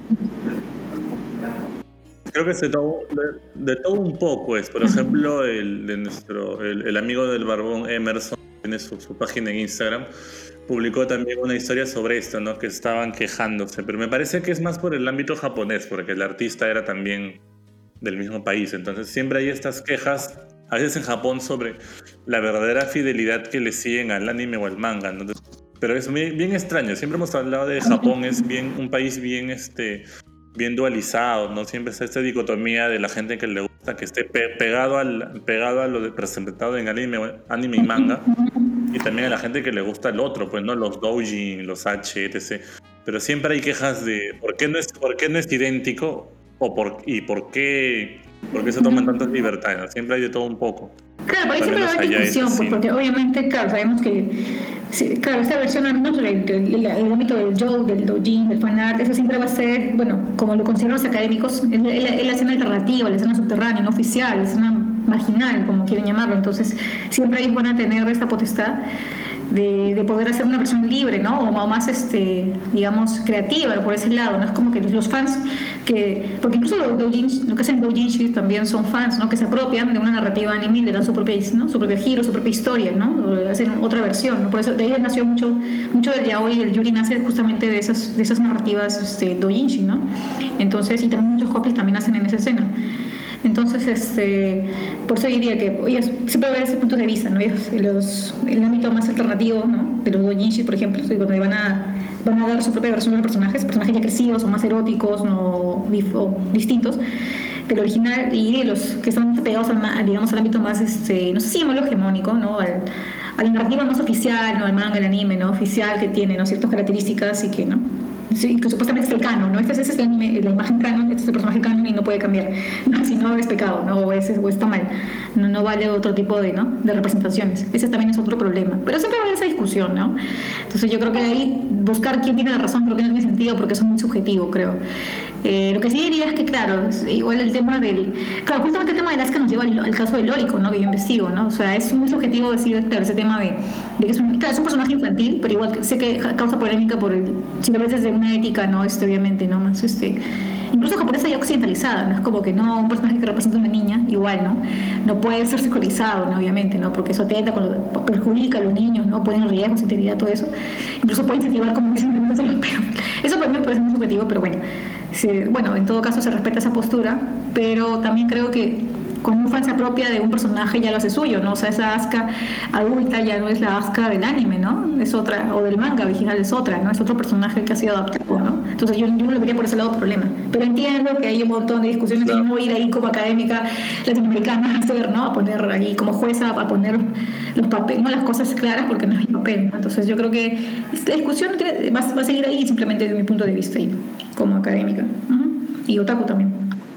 Creo que de todo un poco es. Por ejemplo, el amigo del Barbón, Emerson, tiene su página en Instagram, publicó también una historia sobre esto, ¿no? Que estaban quejándose. Pero me parece que es más por el ámbito japonés, porque el artista era también del mismo país. Entonces siempre hay estas quejas, a veces en Japón, sobre la verdadera fidelidad que le siguen al anime o al manga, ¿no? Pero es bien extraño. Siempre hemos hablado de Japón, es un país bien dualizado, ¿no? Siempre está esta dicotomía de la gente que le gusta que esté pegado a lo presentado en anime y manga, y también a la gente que le gusta el otro, pues, ¿no? Los doujin, los H, etc. Pero siempre hay quejas de por qué no es idéntico por qué se toman tantas libertades, ¿no? Siempre hay de todo un poco. Claro, por ahí siempre va a haber discusión, pues, porque obviamente, claro, sabemos que, claro, esta versión al menos el ámbito del del doujin, del fanart, eso siempre va a ser, bueno, como lo consideran los académicos, es la escena alternativa, la escena subterránea, no oficial, la escena marginal, como quieren llamarlo. Entonces, siempre ellos van a tener esta potestad. de poder hacer una versión libre, ¿no? O más, digamos, creativa por ese lado, ¿no? Es como que los fans porque incluso lo que hacen doujinshi también son fans, ¿no? Que se apropian de una narrativa anime y le dan su propia, ¿no? Su propio giro, su propia historia, ¿no? O hacen otra versión, ¿no? Por eso de ahí nació mucho del yaoi y el yuri nace justamente de esas narrativas doujinshi, ¿no? Entonces, y también muchos copies también hacen en esa escena. Entonces, por eso diría que siempre ver ese punto de vista, ¿no? El ámbito más alternativo, ¿no? De los doujinshi, por ejemplo, donde van a dar su propia versión de los personajes ya crecidos o más eróticos, ¿no? O distintos del original, y los que están pegados digamos, al ámbito más, no sé si llamarlo hegemónico, ¿no? A la narrativa más oficial, ¿no? Al manga, el anime, ¿no? Oficial, que tiene, ¿no? Ciertas características y que, ¿no? Sí, que supuestamente es el canon, ¿no? Esta es la imagen canon, este es el personaje canon y no puede cambiar, ¿no? Si no es pecado, ¿no? O está mal, no vale otro tipo de representaciones. Ese también es otro problema, pero siempre va a haber esa discusión, ¿no? Entonces yo creo que ahí buscar quién tiene la razón creo que no tiene sentido porque eso es muy subjetivo, creo. Lo que sí diría es que, claro, igual el tema justamente el tema de Asuka nos lleva al caso del Lórico, ¿no? Que yo investigo, ¿no? O sea, es muy subjetivo decir, claro, ese tema de que es un personaje infantil, pero igual sé que causa polémica si lo ves desde una ética, ¿no? Obviamente, ¿no? Más, incluso japonesa y occidentalizada, ¿no? Es como que no, un personaje que representa a una niña, igual, ¿no? No puede ser sexualizado, ¿no? Obviamente, ¿no? Porque eso atenta, perjudica a los niños, ¿no? Pone en riesgo su integridad, todo eso. Incluso puede incentivar, como dicen, pero eso para mí me parece muy subjetivo, pero bueno. Bueno, en todo caso se respeta esa postura, pero también creo que cuando un fan se apropia de un personaje ya lo hace suyo, ¿no? O sea, esa Asuka adulta ya no es la Asuka del anime, ¿no? Es otra, o del manga original es otra, ¿no? Es otro personaje que ha sido adaptado, ¿no? Entonces yo no lo vería por ese lado problema. Pero entiendo que hay un montón de discusiones, claro. Y no voy a ir ahí como académica latinoamericana a hacer, ¿no? A poner ahí como jueza, a poner los papeles, no las cosas claras porque no es mi papel, ¿no? Entonces yo creo que esta discusión va a seguir ahí simplemente desde mi punto de vista ahí, como académica. Y otaku también.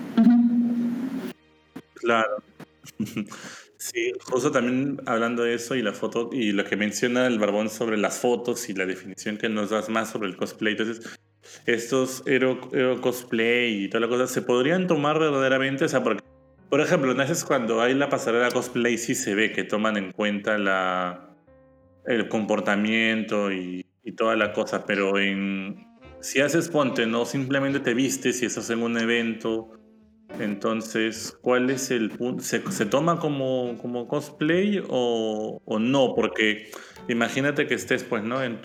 Claro. Sí, justo también hablando de eso y la foto y lo que menciona el Barbón sobre las fotos y la definición que nos das más sobre el cosplay. Entonces, estos ero cosplay y toda la cosa se podrían tomar verdaderamente, o sea, porque, por ejemplo, a veces cuando hay la pasarela cosplay sí se ve que toman en cuenta el comportamiento y toda la cosa, pero si haces ponte, no simplemente te vistes y estás en un evento. Entonces, ¿cuál es el punto? ¿Se toma como cosplay o no? Porque imagínate que estés, pues, ¿no? En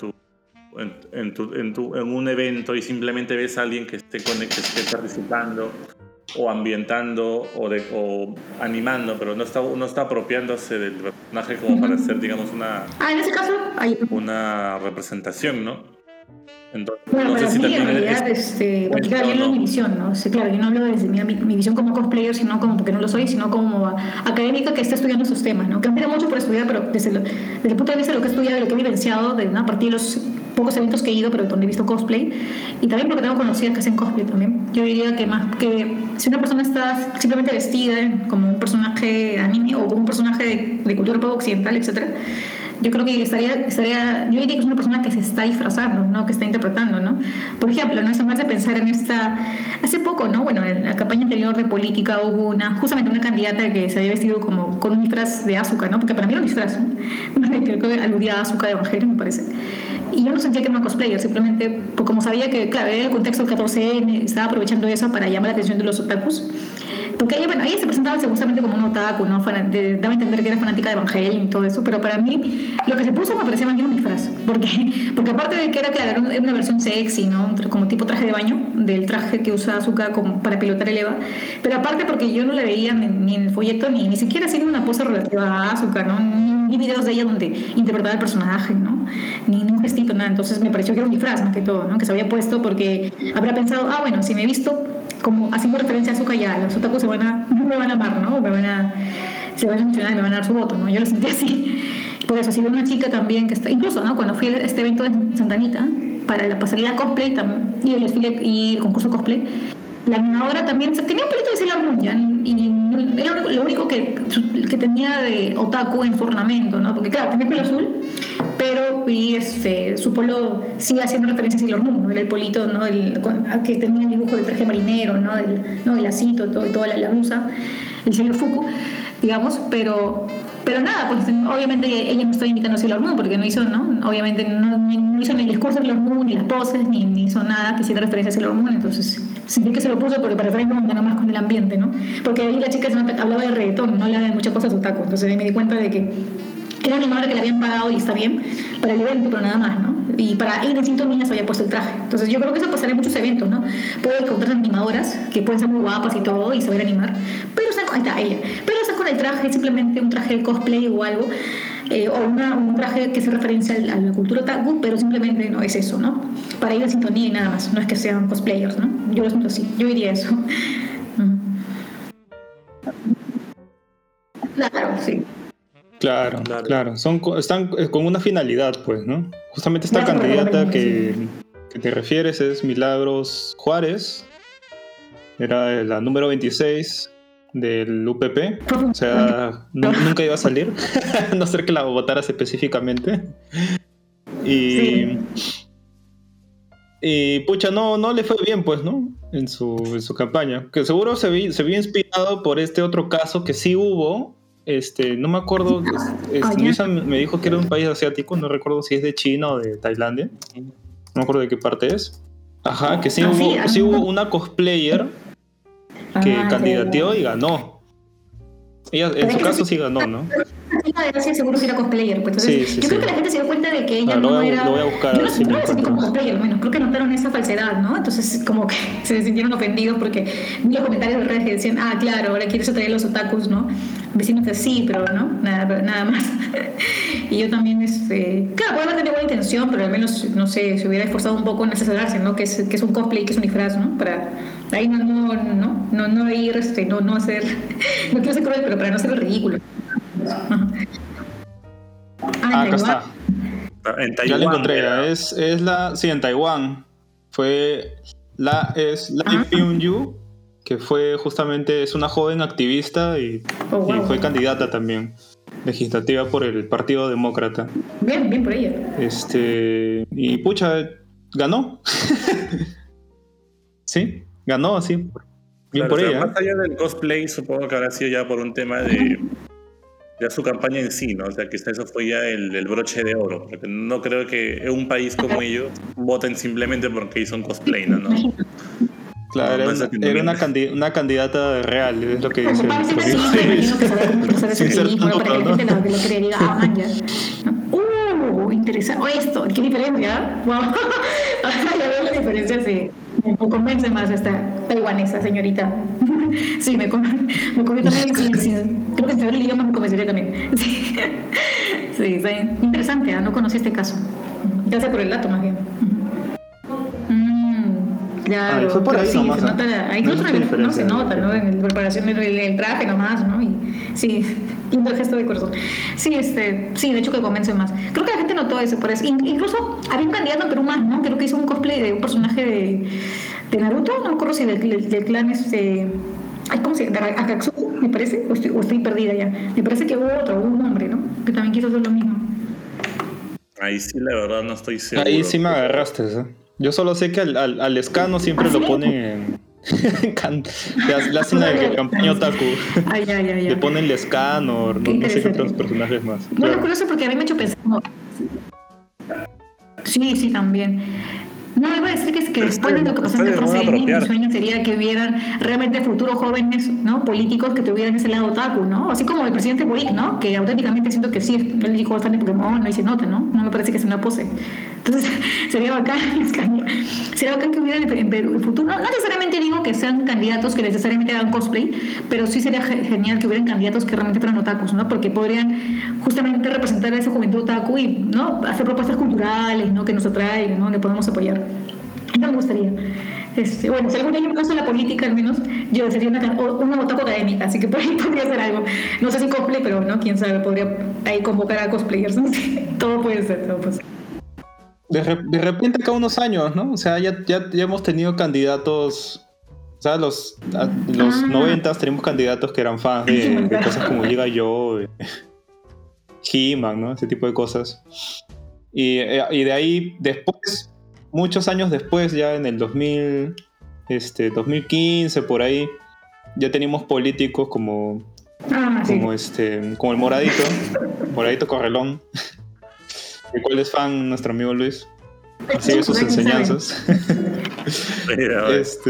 un evento y simplemente ves a alguien que esté participando o ambientando o animando, pero no está apropiándose del personaje como para hacer, digamos, en ese caso, una representación, ¿no? Entonces, bueno, no sé si mí, también en realidad, claro, yo no hablo de mi visión, ¿no? Sí, claro, yo no hablo desde mi visión como cosplayer, sino como, porque no lo soy, sino como académica que está estudiando esos temas, ¿no? Que admiro mucho por estudiar, pero desde el punto de vista de lo que he estudiado y lo que he vivenciado, a partir de los pocos eventos que he ido, pero donde he visto cosplay, y también porque tengo conocidas que hacen cosplay también. Yo diría que más que si una persona está simplemente vestida como un personaje anime o como un personaje de cultura pop occidental, etcétera, yo creo que yo diría que es una persona que se está disfrazando, ¿no? Que está interpretando, ¿no? Por ejemplo, no es más de pensar en hace poco, ¿no? Bueno, en la campaña anterior de política hubo justamente una candidata que se había vestido como con un disfraz de Asuka, ¿no? Porque para mí era un disfraz, ¿no? Creo que aludía a Asuka de Evangelio, me parece. Y yo no sentía que era una cosplayer, simplemente como sabía que, claro, era el contexto del 14N, estaba aprovechando eso para llamar la atención de los otakus. Porque ella se presentaba justamente como un otaku, ¿no? Daba a entender que era fanática de Evangelion y todo eso, pero para mí lo que se puso me parecía más bien un disfraz. Porque aparte de que era una versión sexy, ¿no? Como tipo traje de baño, del traje que usa Asuka para pilotar el EVA, pero aparte porque yo no la veía ni en el folleto, ni siquiera haciendo una pose relativa a Asuka, ¿no? Ni videos de ella donde interpretaba el personaje, ¿no? Ni un gestito, nada. Entonces me pareció que era un disfraz más que todo, ¿no? Que se había puesto porque habrá pensado, bueno, si me he visto como haciendo referencia a Asuka, ya los otakus me van a amar, ¿no? Se van a emocionar y me van a dar su voto, ¿no? Yo lo sentí así. Por eso, si veo una chica también que está, incluso, ¿no? Cuando fui a este evento de Santa Anita, para la pasarela cosplay y el desfile y el concurso cosplay, la animadora también tenía un pelito de Sailor Moon, ¿ya? Y era lo único que tenía de otaku en su ornamento, ¿no? Porque claro, tenía pelo azul, pero su polo sigue haciendo referencia a Sailor Moon, ¿no? Era el polito, ¿no? Que tenía el dibujo del traje marinero, ¿no? El lacito, toda la blusa, el señor Fuku, digamos, pero Pero nada, pues obviamente ella no está imitando a Sailor Moon porque no hizo, ¿no? Obviamente no hizo ni el discurso de Sailor Moon, ni las poses, ni hizo nada que hiciera referencia a Sailor Moon, entonces sentí que se lo puso porque para referirme más con el ambiente, ¿no? Porque ahí la chica hablaba de reggaetón, no hablaba de muchas cosas otaku, entonces ahí me di cuenta de que era una animadora que le habían pagado y está bien para el evento, pero nada más, ¿no? Y para ir en sintonía se había puesto el traje. Entonces yo creo que eso pasará en muchos eventos, ¿no? Puede encontrar animadoras que pueden ser muy guapas y todo y saber animar, pero ahí está ella. Pero están con el traje, simplemente un traje de cosplay o algo, o un traje que se referencia a la cultura otaku, pero simplemente no es eso, ¿no? Para ir en sintonía y nada más, no es que sean cosplayers, ¿no? Yo lo siento así, yo diría eso. Claro, sí. Claro. Están con una finalidad, pues, ¿no? Justamente esta candidata que te refieres es Milagros Juárez. Era la número 26 del UPP. O sea, nunca iba a salir, a no ser que la votaras específicamente. Y pucha, no le fue bien, pues, ¿no? En su campaña. Que seguro se vio inspirado por este otro caso que sí hubo. No me acuerdo. Luisa me dijo que era un país asiático, no recuerdo si es de China o de Tailandia. No me acuerdo de qué parte es. Ajá, que sí hubo una cosplayer que candidateó y ganó. Ella, en su caso, sí ganó, ¿no? Seguro que era cosplayer. Pues, entonces, yo creo que la gente se dio cuenta de que ella no era. Lo voy a buscar. Yo no sé si como cosplayer, al menos. Creo que notaron esa falsedad, ¿no? Entonces, como que se sintieron ofendidos porque los comentarios de redes que decían, claro, ahora quieres atraer a los otakus, ¿no? Vecinos que sí, pero no, nada más. Y yo también, claro, puede tener buena intención, pero al menos, no sé, se hubiera esforzado un poco en asesorarse, ¿no? Que es un cosplay, que es un disfraz, ¿no? Para ahí no ir, no hacer, no quiero ser cruel, pero para no hacer el ridículo. Acá está. En Taiwán. Ya la encontré. Sí, en Taiwán. Es Lai Pyun-yu, que fue justamente, es una joven activista y fue candidata también legislativa por el Partido Demócrata. Bien por ella. Y pucha, ganó. Sí, ganó así. Bien, claro, por ella. Más allá del cosplay, supongo que habrá sido ya por un tema de ya su campaña en sí, ¿no? O sea, que eso fue ya el broche de oro. Porque no creo que en un país como ellos voten simplemente porque hizo un cosplay, ¿no? Claro, era una candidata real, es lo que dice. Interesante. Esto, ¿qué diferencia? Wow. Ya veo la diferencia, sí. Me convence más esta taiwanesa señorita. Sí, me convence también. Sí. Creo que en saber el idioma me convencería también. Sí, está interesante, no conocí este caso. Gracias por el dato, más bien. Claro, fue por ahí sí, nomás, se nota, ahí no se nota, ¿no? En la preparación del traje nomás, ¿no? Y sí, lindo el gesto de corazón. Sí, sí, de hecho que convence más. Creo que la gente notó eso, por eso. Incluso había un candidato en Perú más, ¿no? Creo que hizo un cosplay de un personaje de Naruto, no me acuerdo si del clan ¿cómo se llama? Akatsuki, me parece, o estoy perdida ya. Me parece que hubo un hombre, ¿no? Que también quiso hacer lo mismo. Ahí sí, la verdad, no estoy seguro. Ahí sí me agarraste, ¿eh? Yo solo sé que al escano siempre lo ponen en... le hacen el campaña otaku. Le ponen Lescanor, no sé qué otros personajes más. No, es curioso porque a mí me ha hecho pensar. Sí, también. No, iba a decir que después de lo que pasó en el procedimiento, mi sueño sería que hubieran realmente futuros jóvenes, ¿no? Políticos que tuvieran ese lado otaku, ¿no? Así como el presidente Boric, ¿no? Que auténticamente siento que sí, él dijo bastante Pokémon, no se nota, ¿no? No me parece que sea una pose. Entonces, sería bacán que hubieran en Perú el futuro. No necesariamente digo que sean candidatos que necesariamente hagan cosplay, pero sí sería genial que hubieran candidatos que realmente fueran otakus, ¿no? Porque podrían justamente representar a esa juventud otaku y, ¿no? Hacer propuestas culturales, ¿no? Que nos atraigan, ¿no? Que podemos apoyar. No me gustaría. Bueno, si algún día yo me paso a la política, al menos, yo sería una otaku académica, así que por ahí podría hacer algo. No sé si cosplay, pero no, quién sabe, podría ahí convocar a cosplayers, ¿no? Todo puede ser, todo puede ser. De repente cada unos años, ¿no? O sea, ya hemos tenido candidatos. O sea, los 90s tenemos candidatos que eran fans de cosas como Llega Yo, He-Man, ¿no? Ese tipo de cosas. Y de ahí, después, muchos años después, ya en el 2015, por ahí, ya teníamos políticos como Ah, sí. como el moradito correlón, el cual es fan nuestro amigo Luis. Sigue sus enseñanzas. Mira,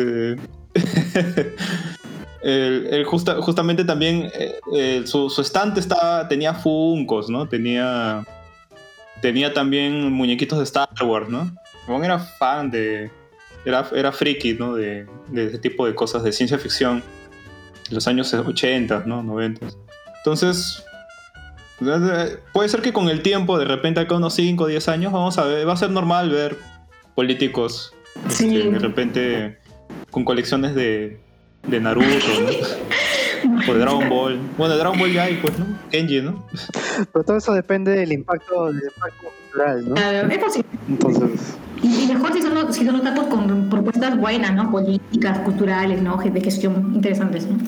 Justamente también su estante tenía Funkos, ¿no? Tenía también muñequitos de Star Wars, ¿no? Juan era fan era friki, ¿no? De ese tipo de cosas de ciencia ficción de los años 80, ¿no? 90. Entonces, puede ser que con el tiempo, de repente acá unos 5 o 10 años, vamos a ver, va a ser normal ver políticos Sí. de repente con colecciones de Naruto, ¿no? O de Dragon Ball. Bueno, de Dragon Ball ya hay, pues, ¿no? Kenji, ¿no? Pero todo eso depende del impacto cultural, ¿no? Es posible. Entonces, Y mejor si son otakus con propuestas buenas, ¿no? Políticas, culturales, ¿no? De gestión interesantes, ¿no?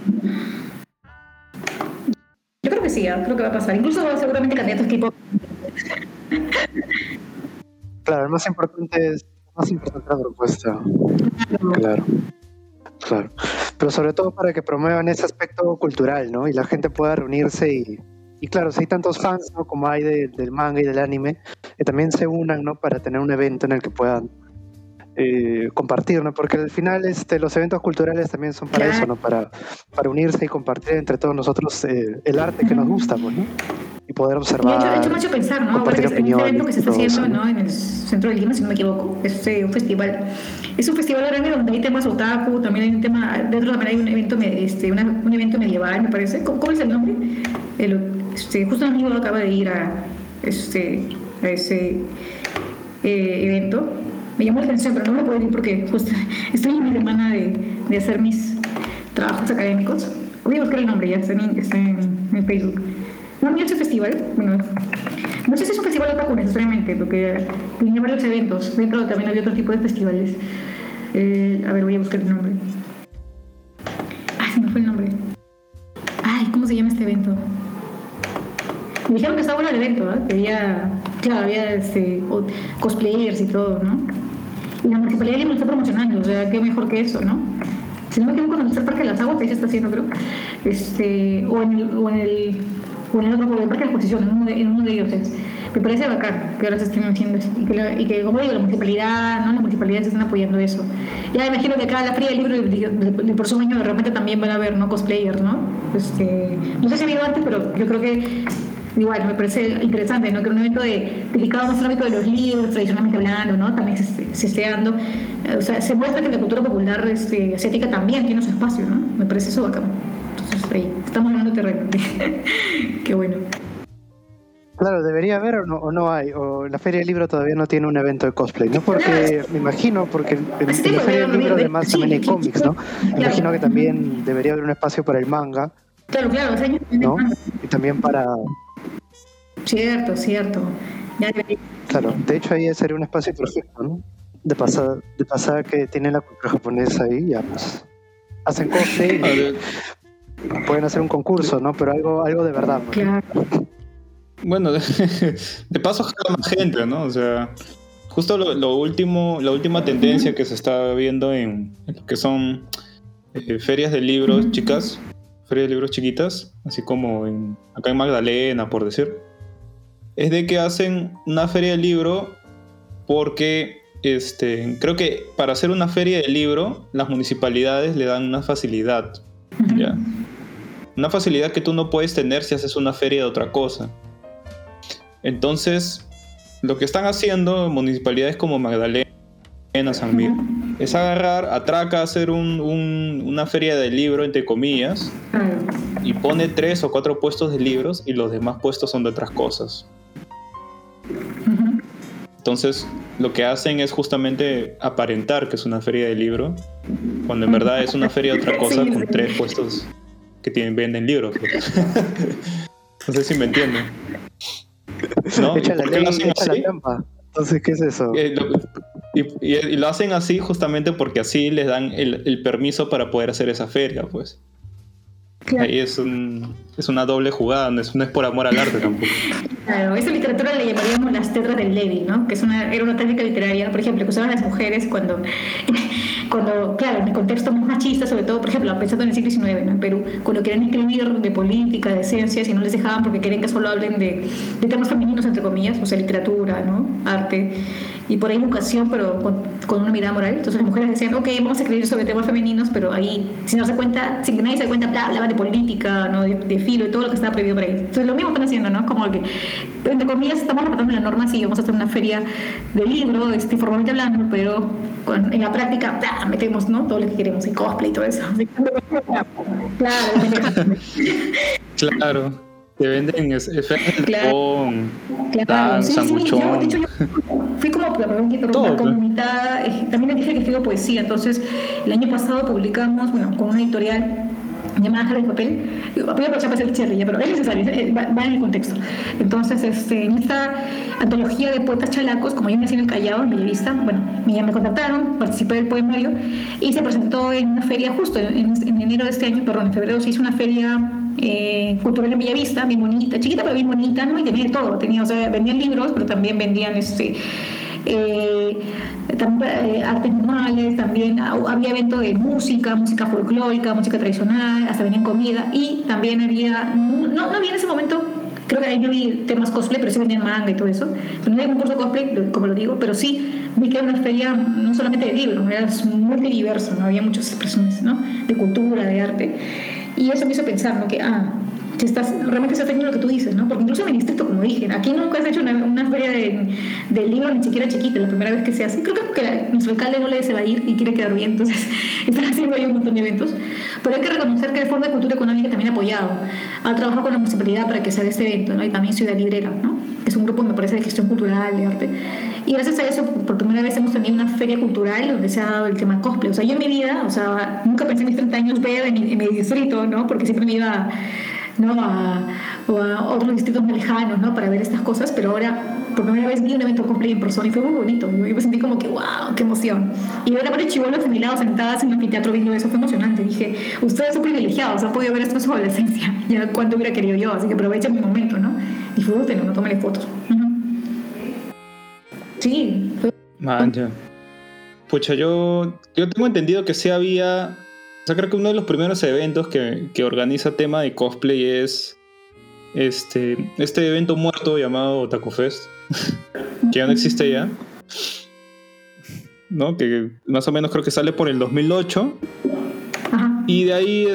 Yo creo que sí, creo que va a pasar. Incluso seguramente candidatos tipo. claro, lo más importante es la propuesta. Claro. Pero sobre todo para que promuevan ese aspecto cultural, ¿no? Y la gente pueda reunirse y claro, si hay tantos fans, ¿no? Como hay del manga y del anime, que también se unan, ¿no? Para tener un evento en el que puedan compartir, ¿no? Porque al final los eventos culturales también son para eso, ¿no? Para unirse y compartir entre todos nosotros el arte que nos gusta, pues, ¿no? Y poder observar. De hecho me ha hecho pensar, ¿no? Ahora compartir que es un opiniones evento que se está y todo haciendo, eso, ¿no? En el centro de Lima, si no me equivoco. Es un festival. Es un festival grande donde hay temas otaku, también hay un tema. Dentro también hay un evento, un evento medieval, me parece. ¿Cómo es el nombre? Justo un amigo acaba de ir a ese evento. Me llamó la atención, pero no me puedo ir porque justo estoy en mi semana de hacer mis trabajos académicos. Voy a buscar el nombre, ya está en Facebook. No, ese festival, bueno, no sé si es un festival otaku necesariamente, porque tenía varios eventos. Dentro también había otro tipo de festivales. A ver, voy a buscar el nombre. Se me fue el nombre. ¿Cómo se llama este evento? Me dijeron que estaba bueno el evento, ¿eh? Que había cosplayers y todo, ¿no? Y la Municipalidad de Lima lo está promocionando, o sea, qué mejor que eso, ¿no? Si no me equivoco, en el Parque de las Aguas, ahí se está haciendo, creo. O en el otro Parque de la Exposición, en uno de ellos me parece bacán que ahora se estén haciendo eso. Y que, como digo, la municipalidad se están apoyando eso. Ya me imagino que acá en la Feria del Libro de por su año de repente también van a haber, ¿no? Cosplayers, ¿no? No sé si ha habido antes, pero yo creo que igual me parece interesante, ¿no? Que un evento dedicado más al ámbito de los libros, tradicionalmente hablando, ¿no? También se esté dando. O sea, se muestra que la cultura popular asiática también tiene su espacio, ¿no? Me parece eso bacán. Entonces, ahí, estamos ganando terreno. Qué bueno. Claro, debería haber o no hay, o la Feria del Libro todavía no tiene un evento de cosplay, ¿no? Porque me imagino, porque en la Feria del Libro además también hay cómics, ¿no? Me imagino que también debería haber un espacio para el manga, Claro, o sea, ¿no? Y también para... Cierto. Ya debería. Claro, de hecho ahí sería un espacio perfecto, ¿no? De pasada que tiene la cultura japonesa ahí, ya pues hacen cosplay y pueden hacer un concurso, ¿no? Pero algo de verdad, ¿no? Claro. Bueno, de paso jala más gente, ¿no? O sea, justo la última tendencia que se está viendo en lo que son ferias de libros chicas, ferias de libros chiquitas, así como acá en Magdalena, por decir, es de que hacen una feria de libro porque creo que para hacer una feria de libro las municipalidades le dan una facilidad, ¿ya? Una facilidad que tú no puedes tener si haces una feria de otra cosa. Entonces, lo que están haciendo municipalidades como Magdalena, San Miguel, es atraca a hacer una feria de libro, entre comillas, y pone 3 o 4 puestos de libros y los demás puestos son de otras cosas. Entonces, lo que hacen es justamente aparentar que es una feria de libro, cuando en verdad es una feria de otra cosa con 3 puestos que venden libros. No sé si me entienden. ¿No? Echa la trampa. Entonces, ¿qué es eso? Y lo hacen así justamente porque así les dan el permiso para poder hacer esa feria, pues. Claro. Ahí es una doble jugada, no es por amor al arte tampoco. Claro, esa literatura le llamaríamos las tetras del Levi, ¿no? Que era una técnica literaria, por ejemplo, que usaban las mujeres cuando cuando, claro, en el contexto más machista, sobre todo, por ejemplo, pensando en el siglo XIX, ¿no? En Perú, cuando querían escribir de política, de ciencias, y no les dejaban porque querían que solo hablen de temas femeninos, entre comillas, o sea, literatura, ¿no? Arte, y por ahí educación, pero con una mirada moral. Entonces las mujeres decían, ok, vamos a escribir sobre temas femeninos, pero ahí, sin darse cuenta, sin que nadie se dé cuenta, hablaban de política, ¿no? De filo y todo lo que estaba prohibido por ahí. Entonces lo mismo están haciendo, ¿no? Como que, entre comillas, estamos respetando la norma, sí, vamos a hacer una feria de libro, formalmente hablando, pero en la práctica, metemos, ¿no? Todo lo que queremos, el cosplay y todo eso. Claro. Te venden esferas del dragón, claro. sanguchón. Yo fui como comunidad, también les dije que escribo poesía, entonces el año pasado publicamos, bueno, con una editorial llamada Jarra de Papel, voy a aprovechar para hacer el cherry, pero es necesario, va en el contexto. Entonces, en esta antología de poetas chalacos, como yo nací en el Callao, en Bellavista, bueno, me contactaron, participé del poemario y se presentó en una feria justo en enero de este año, perdón, en febrero se hizo una feria cultural en Bellavista, bien bonita, chiquita pero bien bonita, ¿no? Y tenía de todo, o sea, vendían libros, pero también vendían artes normales, también había eventos de música folclórica, música tradicional, hasta venían comida, y también había, no había en ese momento, creo que ahí no vi temas cosplay, pero sí vendían manga y todo eso, pero no había concurso de cosplay, como lo digo, pero sí vi que era una feria no solamente de libros, era muy diverso, ¿no? Había muchas expresiones, ¿no? De cultura, de arte, y eso me hizo pensar, ¿no? Que realmente estás haciendo lo que tú dices, ¿no? Porque incluso en mi distrito, como dije, aquí nunca has hecho una feria de libros ni siquiera chiquita, la primera vez que se hace. Creo que nuestro alcalde no se va a ir y quiere quedar bien, entonces están haciendo ahí un montón de eventos. Pero hay que reconocer que el Fondo de Cultura Económica también ha apoyado, ha trabajado con la municipalidad para que se haga este evento, ¿no? Y también Ciudad Librera, ¿no? Que es un grupo, me parece, de gestión cultural, de arte. Y gracias a eso, por primera vez hemos tenido una feria cultural donde se ha dado el tema cosplay. O sea, yo en mi vida, nunca pensé en mis 30 años ver en mi distrito, ¿no? Porque siempre me iba, ¿no? a otros distritos más lejanos, ¿no? Para ver estas cosas, pero ahora por primera vez vi un evento cosplay en persona y fue muy bonito. Yo me sentí como que ¡wow! ¡Qué emoción! Y ver a varios chibolos a mi lado sentadas en un anfiteatro viendo eso fue emocionante. Dije, ustedes son privilegiados, han podido ver esto en su adolescencia. Ya cuánto hubiera querido yo, así que aprovechen mi momento, ¿no? Disfruten, no tomen fotos. Sí. Mancha. Pucha, yo tengo entendido que sí había... O sea, creo que uno de los primeros eventos que organiza tema de cosplay es este evento muerto llamado Otaku Fest, que ya no existe ya, ¿no? Que más o menos creo que sale por el 2008. Ajá. Y de ahí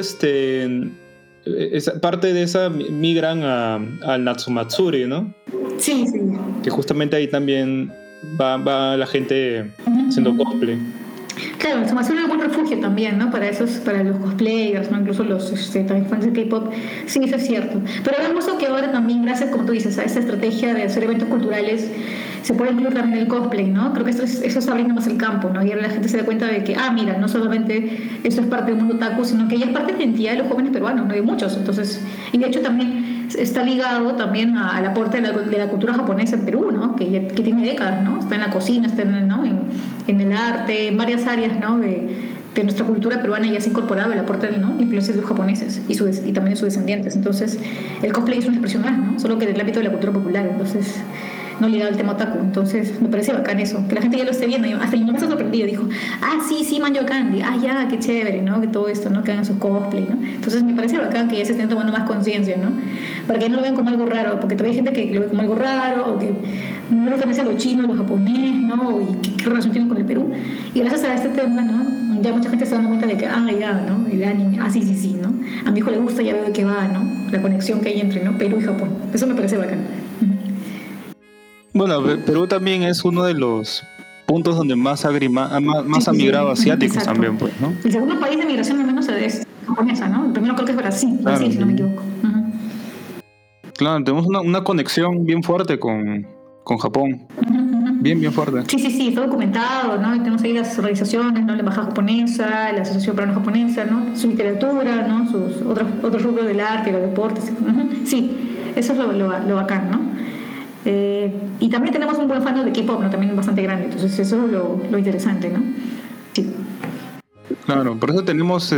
parte de esa migran al Natsumatsuri, ¿no? Sí. Que justamente ahí también va la gente haciendo cosplay. Claro, el Natsumatsuri es un buen refugio también, ¿no? Para los cosplayers, ¿no? Incluso los también fans de K-pop. Sí, eso es cierto. Pero vemos que ahora también, gracias, como tú dices, a esta estrategia de hacer eventos culturales, se puede incluir también el cosplay, ¿no? Creo que eso está abriendo más el campo, ¿no? Y ahora la gente se da cuenta de que, mira, no solamente esto es parte del mundo otaku, sino que ya es parte de la identidad de los jóvenes peruanos, ¿no? Hay muchos, entonces... Y de hecho también está ligado también al aporte de la cultura japonesa en Perú, ¿no? Que tiene décadas, ¿no? Está en la cocina, está en el arte, en varias áreas, ¿no? De nuestra cultura peruana ya se ha incorporado el aporte, ¿no? Influencias de los japoneses y también de sus descendientes. Entonces, el cosplay es una expresión más, ¿no? Solo que del ámbito de la cultura popular. Entonces, no ligado al tema otaku. Entonces, me parece bacán eso. Que la gente ya lo esté viendo. Hasta mi mamá se ha sorprendido. Dijo, sí, manjo candy. Ya, qué chévere, ¿no? Que todo esto, ¿no? Que hagan sus cosplay, ¿no? Entonces, me parece bacán que ya se estén tomando más conciencia, ¿no? Para que no lo vean como algo raro. Porque todavía hay gente que lo ve como algo raro o que no lo conoce a los chinos, los japoneses, ¿no? Y qué relación tienen con el Perú. Y gracias a este tema, ¿no? Ya mucha gente se da cuenta de que, ya, ¿no? El anime, sí, ¿no? A mi hijo le gusta, ya veo de qué va, ¿no? La conexión que hay entre, ¿no? Perú y Japón. Eso me parece bacán. Bueno, Perú también es uno de los puntos donde más ha migrado asiáticos. Exacto. También, pues, ¿no? El segundo país de migración al menos es japonesa, ¿no? El primero creo que es Brasil, claro, si no me equivoco. Claro, tenemos una conexión bien fuerte con Japón. Bien fuerte. Sí, está documentado, ¿no? Y tenemos ahí las organizaciones, ¿no? La Embajada Japonesa, la Asociación Peruano-Japonesa, ¿no? Su literatura, ¿no? Sus otros rubros del arte, los deportes. Sí, eso es lo bacán, ¿no? Y también tenemos un buen fan de K-pop, ¿no? También bastante grande, entonces eso es lo interesante, ¿no? Sí. Claro, por eso tenemos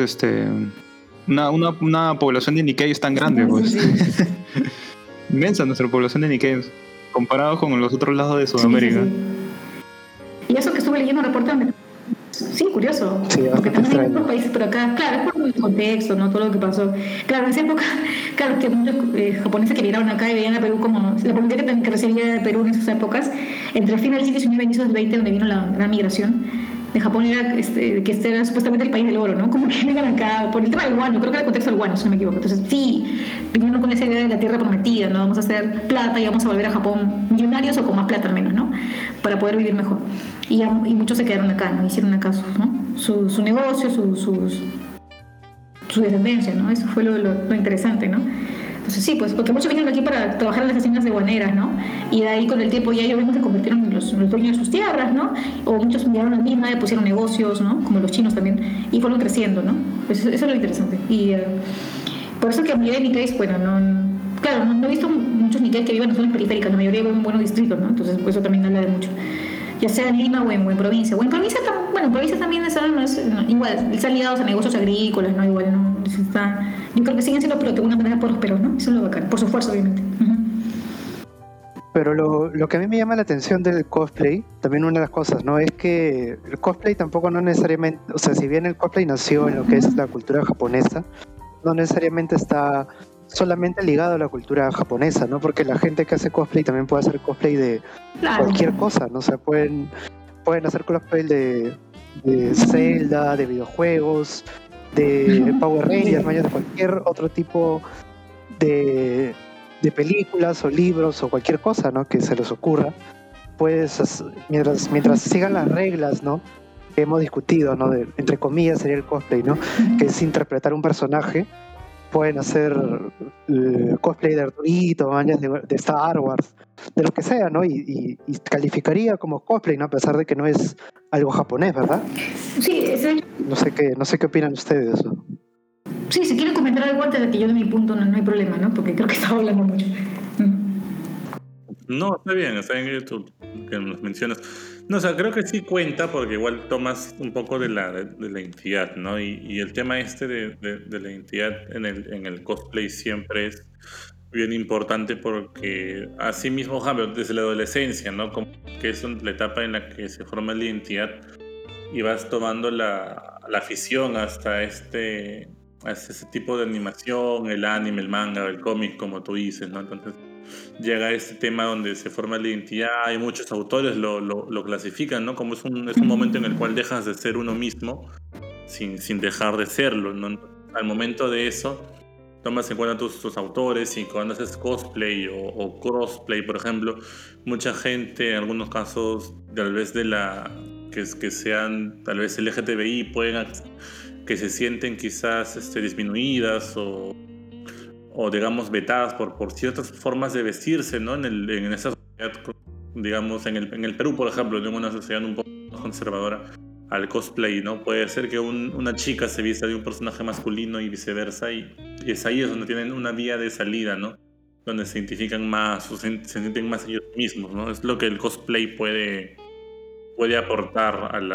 una población de Nikkeis tan grande, pues. Sí. Inmensa nuestra población de Nikkeis, comparado con los otros lados de Sudamérica. Sí. Y eso que estuve leyendo un reporte donde... Sí, curioso. Sí, porque bastante también hay extraño. otros países por acá, claro, es por el contexto, ¿no? Todo lo que pasó. Claro, en esa época, claro, que muchos japoneses que vinieron acá y veían a Perú como la política que recibía de Perú en esas épocas, entre el fin del siglo XIX y inicios del XX, donde vino la gran migración de Japón, era que este era supuestamente el país del oro, ¿no? Como que vengan acá por el tema del guano, creo que era el contexto del guano, si no me equivoco. Entonces, sí, vinieron con esa idea de la tierra prometida, ¿no? Vamos a hacer plata y vamos a volver a Japón millonarios o con más plata al menos, ¿no? Para poder vivir mejor. Y muchos se quedaron acá, ¿no? Hicieron acá su negocio, su descendencia, ¿no? Eso fue lo interesante, ¿no? Entonces sí, pues porque muchos vinieron aquí para trabajar en las haciendas de guaneras, ¿no? Y de ahí con el tiempo ya ellos mismos se convirtieron en los dueños de sus tierras, ¿no? O muchos vinieron a Lima y pusieron negocios, ¿no? Como los chinos también, y fueron creciendo, ¿no? Pues eso es lo interesante. Y por eso que a nivel de Nikkei, bueno, claro, no he visto muchos Nikkei que vivan en zonas periféricas, la mayoría viven en buenos distritos, ¿no? Entonces pues eso también habla de mucho. Ya sea en Lima o en provincia. O en provincia, en provincia también igual, están ligados a negocios agrícolas, ¿no? Igual, ¿no? Yo creo que siguen siendo de alguna manera prósperos, ¿no? Eso es lo bacán, por su esfuerzo, obviamente. Uh-huh. Pero lo que a mí me llama la atención del cosplay, también una de las cosas, ¿no? Es que el cosplay tampoco no necesariamente, o sea, si bien el cosplay nació en lo que es la cultura japonesa, no necesariamente está solamente ligado a la cultura japonesa, ¿no? Porque la gente que hace cosplay también puede hacer cosplay de cualquier cosa, ¿no? O sea, pueden hacer cosplay de Zelda, de videojuegos, de Power Rangers, de cualquier otro tipo de películas o libros o cualquier cosa, ¿no? Que se les ocurra. Pues mientras sigan las reglas, ¿no? Que hemos discutido, ¿no? Entre comillas sería el cosplay, ¿no? Que es interpretar un personaje. Pueden hacer cosplay de Arturito, de Star Wars, de lo que sea, ¿no? Y calificaría como cosplay, ¿no? A pesar de que no es algo japonés, ¿verdad? Sí, no sé qué opinan ustedes, ¿no? Sí, si quieren comentar algo antes de que yo de mi punto, no hay problema, ¿no? Porque creo que estaba hablando mucho. No, está bien que tú que nos mencionas. No, o sea, creo que sí cuenta porque igual tomas un poco de la identidad, ¿no? Y el tema de la identidad en el cosplay siempre es bien importante porque así mismo, por ejemplo, desde la adolescencia, ¿no? Como que es la etapa en la que se forma la identidad y vas tomando la afición hasta ese tipo de animación, el anime, el manga, el cómic, como tú dices, ¿no? Entonces llega este tema donde se forma la identidad y muchos autores lo clasifican, ¿no? Como es un momento en el cual dejas de ser uno mismo sin dejar de serlo, ¿no? Al momento de eso, tomas en cuenta tus autores y cuando haces cosplay o crossplay, por ejemplo, mucha gente, en algunos casos, tal vez que sean tal vez LGTBI, que se sienten quizás disminuidas o digamos vetadas por ciertas formas de vestirse, ¿no? En esa sociedad, digamos, en el Perú, por ejemplo, en una sociedad un poco más conservadora al cosplay, ¿no? Puede ser que una chica se vista de un personaje masculino y viceversa, y es ahí donde tienen una vía de salida, ¿no? Donde se identifican más o se sienten más ellos mismos, ¿no? Es lo que el cosplay puede aportar a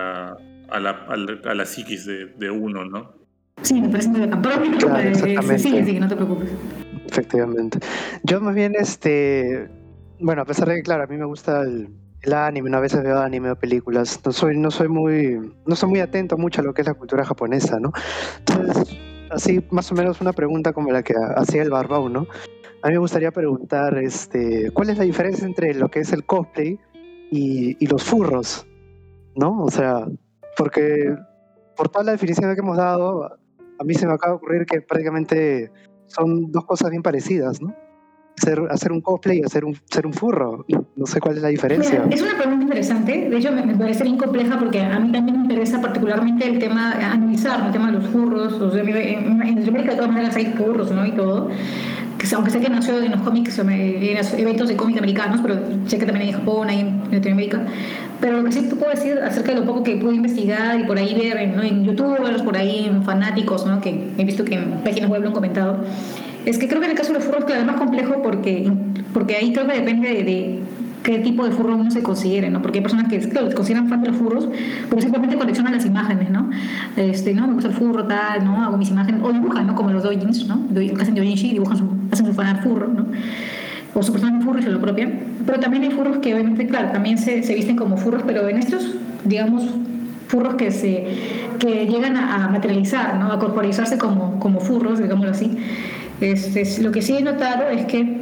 la psiquis de uno, ¿no? Sí, me parece muy bacán. Pero claro, exactamente. Sí, no te preocupes. Efectivamente. Yo más bien, bueno, a pesar de que, claro, a mí me gusta el anime, ¿no? A veces veo anime o películas, no soy muy atento mucho a lo que es la cultura japonesa, ¿no? Entonces, así más o menos una pregunta como la que hacía el Barbao, ¿no? A mí me gustaría preguntar, ¿cuál es la diferencia entre lo que es el cosplay y los furros, ¿no? O sea, porque por toda la definición que hemos dado, a mí se me acaba de ocurrir que prácticamente son dos cosas bien parecidas, ¿no? Hacer un cosplay y ser un furro. No sé cuál es la diferencia. Mira, es una pregunta interesante. De hecho, me parece bien compleja porque a mí también me interesa particularmente el tema, analizar el tema de los furros. O sea, en Latinoamérica de todas maneras hay furros, ¿no? Y todo. Aunque sé que nació en los cómics, en los eventos de cómic americanos, pero sé que también hay en Japón, hay en Latinoamérica. Pero lo que sí te puedo decir acerca de lo poco que pude investigar y por ahí ver, ¿no? En youtubers, por ahí en fanáticos, ¿no? Que he visto que en páginas web lo han comentado, es que creo que en el caso de los furros, claro, es más complejo porque ahí creo que depende de qué tipo de furro uno se considere, ¿no? Porque hay personas que, claro, se consideran fan de los furros, pero simplemente coleccionan las imágenes, ¿no? ¿no? Me gusta el furro, tal, ¿no? Hago mis imágenes, o dibujan, ¿no? Como los doujins, ¿no? Lo que hacen doujinshi, hacen su fanart furro, ¿no? O su personaje furro y se lo apropian. Pero también hay furros que obviamente, claro, también se visten como furros, pero en estos, digamos, furros que llegan a materializar, ¿no? A corporalizarse como furros, digámoslo así. Lo que sí he notado es que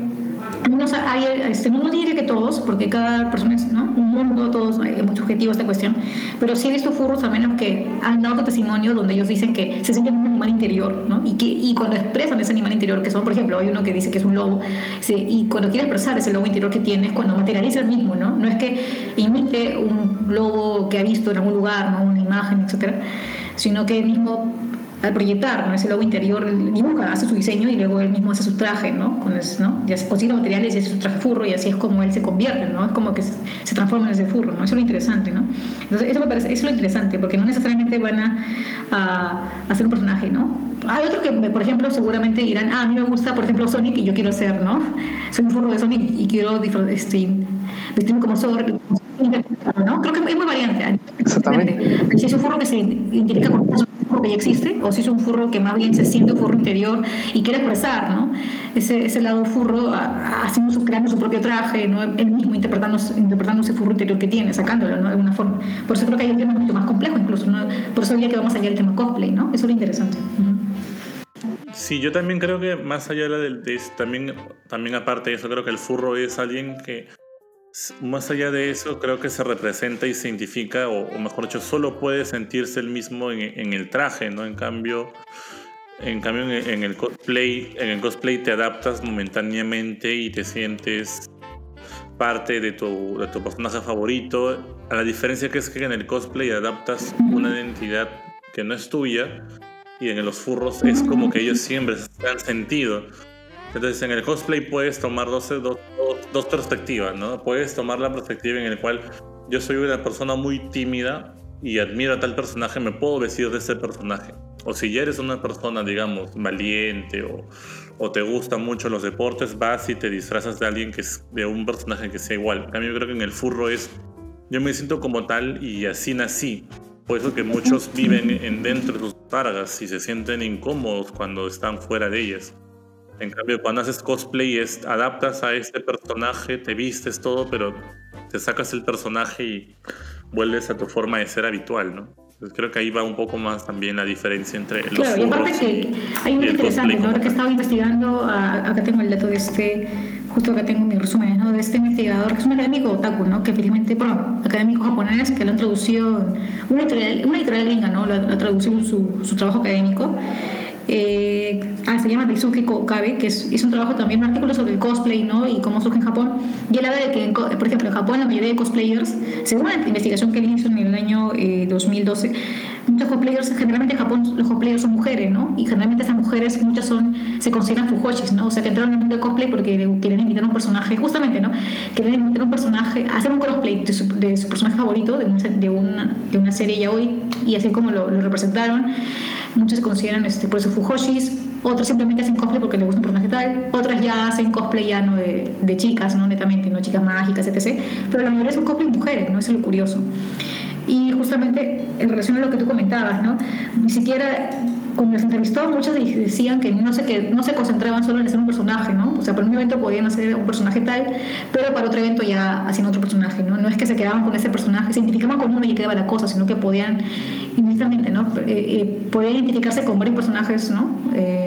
no diría que todos, porque cada persona es, ¿no?, un mundo, todos, es muy subjetivo esta cuestión, pero sí he visto furros al menos que han dado testimonio donde ellos dicen que se sienten un animal interior, ¿no? Y cuando expresan ese animal interior que son, por ejemplo, hay uno que dice que es un lobo, y cuando quiere expresar ese lobo interior que tiene es cuando materializa el mismo, ¿no? No es que imite un lobo que ha visto en algún lugar, ¿no?, una imagen, etcétera, sino que él mismo, al proyectar, ¿no?, ese logo interior, dibuja, hace su diseño y luego él mismo hace su traje, ¿no? Ya se consigue los materiales y hace su traje furro, y así es como él se convierte, ¿no? Es como que se transforma en ese furro, ¿no? Eso es lo interesante, ¿no? Entonces eso me parece, eso es lo interesante, porque no necesariamente van a hacer un personaje, ¿no? Hay otros que, por ejemplo, seguramente dirán, a mí me gusta, por ejemplo, Sonic y yo quiero ser, ¿no? Soy un furro de Sonic y quiero vestirme como Sonic, ¿no? Creo que es muy variante. Exactamente. Si es un furro que se identifica con un furro que ya existe, o si es un furro que más bien se siente un furro interior y quiere expresar, ¿no?, ese lado furro, creando su propio traje, ¿no?, él mismo interpretando ese furro interior que tiene, sacándolo, ¿no?, de alguna forma. Por eso creo que hay un tema mucho más complejo incluso, ¿no? Por eso diría que vamos allá del tema cosplay, ¿no? Eso es lo interesante. Sí, yo también creo que más allá de también aparte de eso, creo que el furro es alguien que, más allá de eso, creo que se representa y se identifica, o mejor dicho, solo puede sentirse el mismo en el traje, ¿no? En cambio en el cosplay te adaptas momentáneamente y te sientes parte de tu personaje favorito. A la diferencia que es que en el cosplay adaptas una identidad que no es tuya, y en los furros es como que ellos siempre se han sentido. Entonces en el cosplay puedes tomar dos perspectivas, ¿no? Puedes tomar la perspectiva en la cual yo soy una persona muy tímida y admiro a tal personaje, me puedo vestir de ese personaje. O si ya eres una persona, digamos, valiente o te gustan mucho los deportes, vas y te disfrazas de alguien de un personaje que sea igual. En cambio, yo creo que en el furro yo me siento como tal y así nací. Por eso que muchos viven dentro de sus targas y se sienten incómodos cuando están fuera de ellas. En cambio, cuando haces cosplay, adaptas a este personaje, te vistes todo, pero te sacas el personaje y vuelves a tu forma de ser habitual, ¿no? Entonces creo que ahí va un poco más también la diferencia entre los furros. Claro, y aparte que hay un interesante, ¿no? Ahora que estaba investigando, acá tengo el dato de justo acá tengo mi resumen, ¿no?, de este investigador, que es un académico otaku, ¿no?, que felizmente, académico japonés, que lo han traducido, una editorial gringa, ¿no?, lo ha traducido su trabajo académico. Se llama Daisuke Okabe, que es un trabajo también, un artículo sobre el cosplay, ¿no?, y cómo surge en Japón. Y él habla de que, por ejemplo, en Japón la mayoría de cosplayers, según la investigación que él hizo en el año 2012, muchos cosplayers, generalmente en Japón los cosplayers son mujeres, ¿no? Y generalmente esas mujeres, muchas se consideran fujoshis, ¿no? O sea, que entraron en el mundo del cosplay porque quieren invitar a un personaje, justamente, ¿no? Quieren invitar a un personaje, a hacer un cosplay de su personaje favorito, de una serie yaoi, y así como lo representaron. Muchos se consideran por eso fujoshis, otros simplemente hacen cosplay porque les gusta un personaje tal, otras ya hacen cosplay ya no de chicas, no netamente, no chicas mágicas, etc. Pero la mayoría son cosplay mujeres, ¿no? Eso es lo curioso. Y justamente en relación a lo que tú comentabas, ¿no?, ni siquiera cuando los entrevistó, muchos decían que no se concentraban solo en hacer un personaje, ¿no? O sea, para un evento podían hacer un personaje tal, pero para otro evento ya hacían otro personaje, ¿no? No es que se quedaban con ese personaje, se identificaban con uno y quedaba la cosa, sino que podían inmediatamente, ¿no?, podían identificarse con varios personajes, ¿no?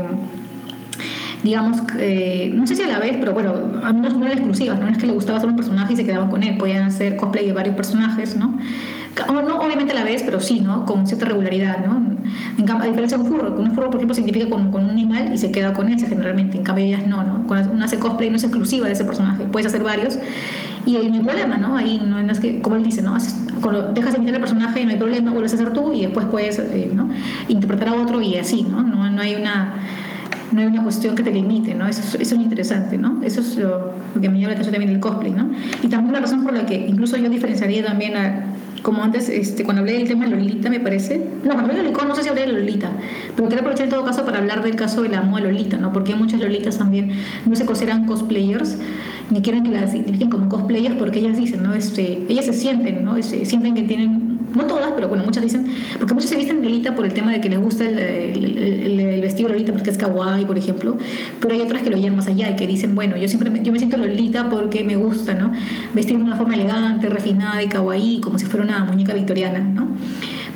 Digamos, no sé si a la vez, pero bueno, a menos no eran exclusivas, ¿no? No es que le gustaba solo un personaje y se quedaban con él, podían hacer cosplay de varios personajes, ¿no? No obviamente a la vez, pero sí, ¿no?, con cierta regularidad, ¿no? A diferencia de un furro, por ejemplo, se identifica con un animal y se queda con ese generalmente, en cambio ellas no. Cuando uno hace cosplay no es exclusiva de ese personaje, puedes hacer varios y ahí no hay problema, ¿no? Ahí no es que, como él dice, ¿no?, cuando dejas de imitar el personaje no hay problema, vuelves a ser tú y después puedes ¿no?, interpretar a otro y así, ¿no? No hay una cuestión que te limite, ¿no? Eso es interesante, ¿no? Eso es lo que me llama la atención también del cosplay, ¿no? Y también la razón por la que incluso yo diferenciaría también como antes, cuando hablé del tema de Lolita, me parece. No, cuando hablé de Lolicón, no sé si hablé de Lolita, pero quiero aprovechar en todo caso para hablar del caso de la moda Lolita, ¿no? Porque muchas Lolitas también no se consideran cosplayers, ni quieren que las identifiquen como cosplayers, porque ellas dicen, ¿no? Ellas se sienten, ¿no? Sienten que tienen, no todas, pero bueno, muchas dicen, porque muchas se visten de Lolita por el tema de que les gusta el vestido Lolita porque es kawaii, por ejemplo, pero hay otras que lo llevan más allá y que dicen, bueno, yo me siento Lolita porque me gusta, ¿no?, vestir de una forma elegante, refinada y kawaii, como si fuera una muñeca victoriana, ¿no?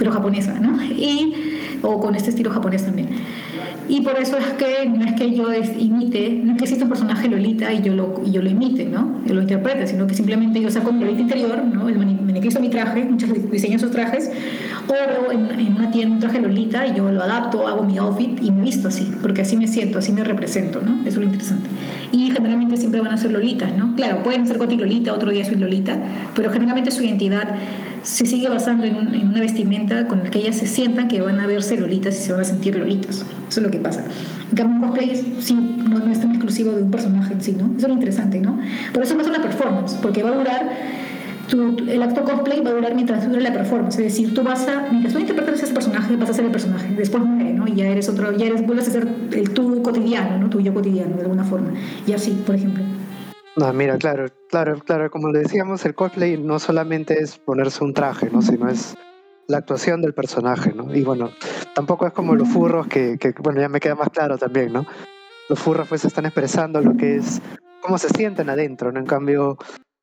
pero japonesa, ¿no? O con este estilo japonés también. Y por eso es que no es que yo imite, no es que exista un personaje Lolita y yo lo imite, ¿no? Yo lo interprete, sino que simplemente yo saco mi Lolita interior, ¿no? El maniquizo mi traje, muchos diseñan sus trajes, o en una tienda un traje Lolita y yo lo adapto, hago mi outfit y me visto así, porque así me siento, así me represento, ¿no? Eso es lo interesante. Y generalmente siempre van a ser Lolitas, ¿no? Claro, pueden ser Gothic Lolita, otro día soy Lolita, pero generalmente su identidad se sigue basando en una vestimenta con la que ellas se sientan que van a verse Lolitas y se van a sentir Lolitas. Eso es lo que pasa. En cambio, un cosplay sí, no es tan exclusivo de un personaje en sí, ¿no? Eso es lo interesante, ¿no? Por eso no es una performance, porque va a durar, el acto cosplay va a durar mientras dure la performance. Es decir, mientras tú interpretas ese personaje, vas a ser el personaje. Después muere, ¿no? Y ya vuelves a ser el tú cotidiano, ¿no? Tu yo cotidiano, de alguna forma. Y así, por ejemplo. No, mira, claro, como le decíamos, el cosplay no solamente es ponerse un traje, ¿no? Sino es la actuación del personaje, ¿no? Y bueno, tampoco es como los furros que bueno, ya me queda más claro también, ¿no? Los furros pues están expresando lo que es, cómo se sienten adentro, ¿no? En cambio,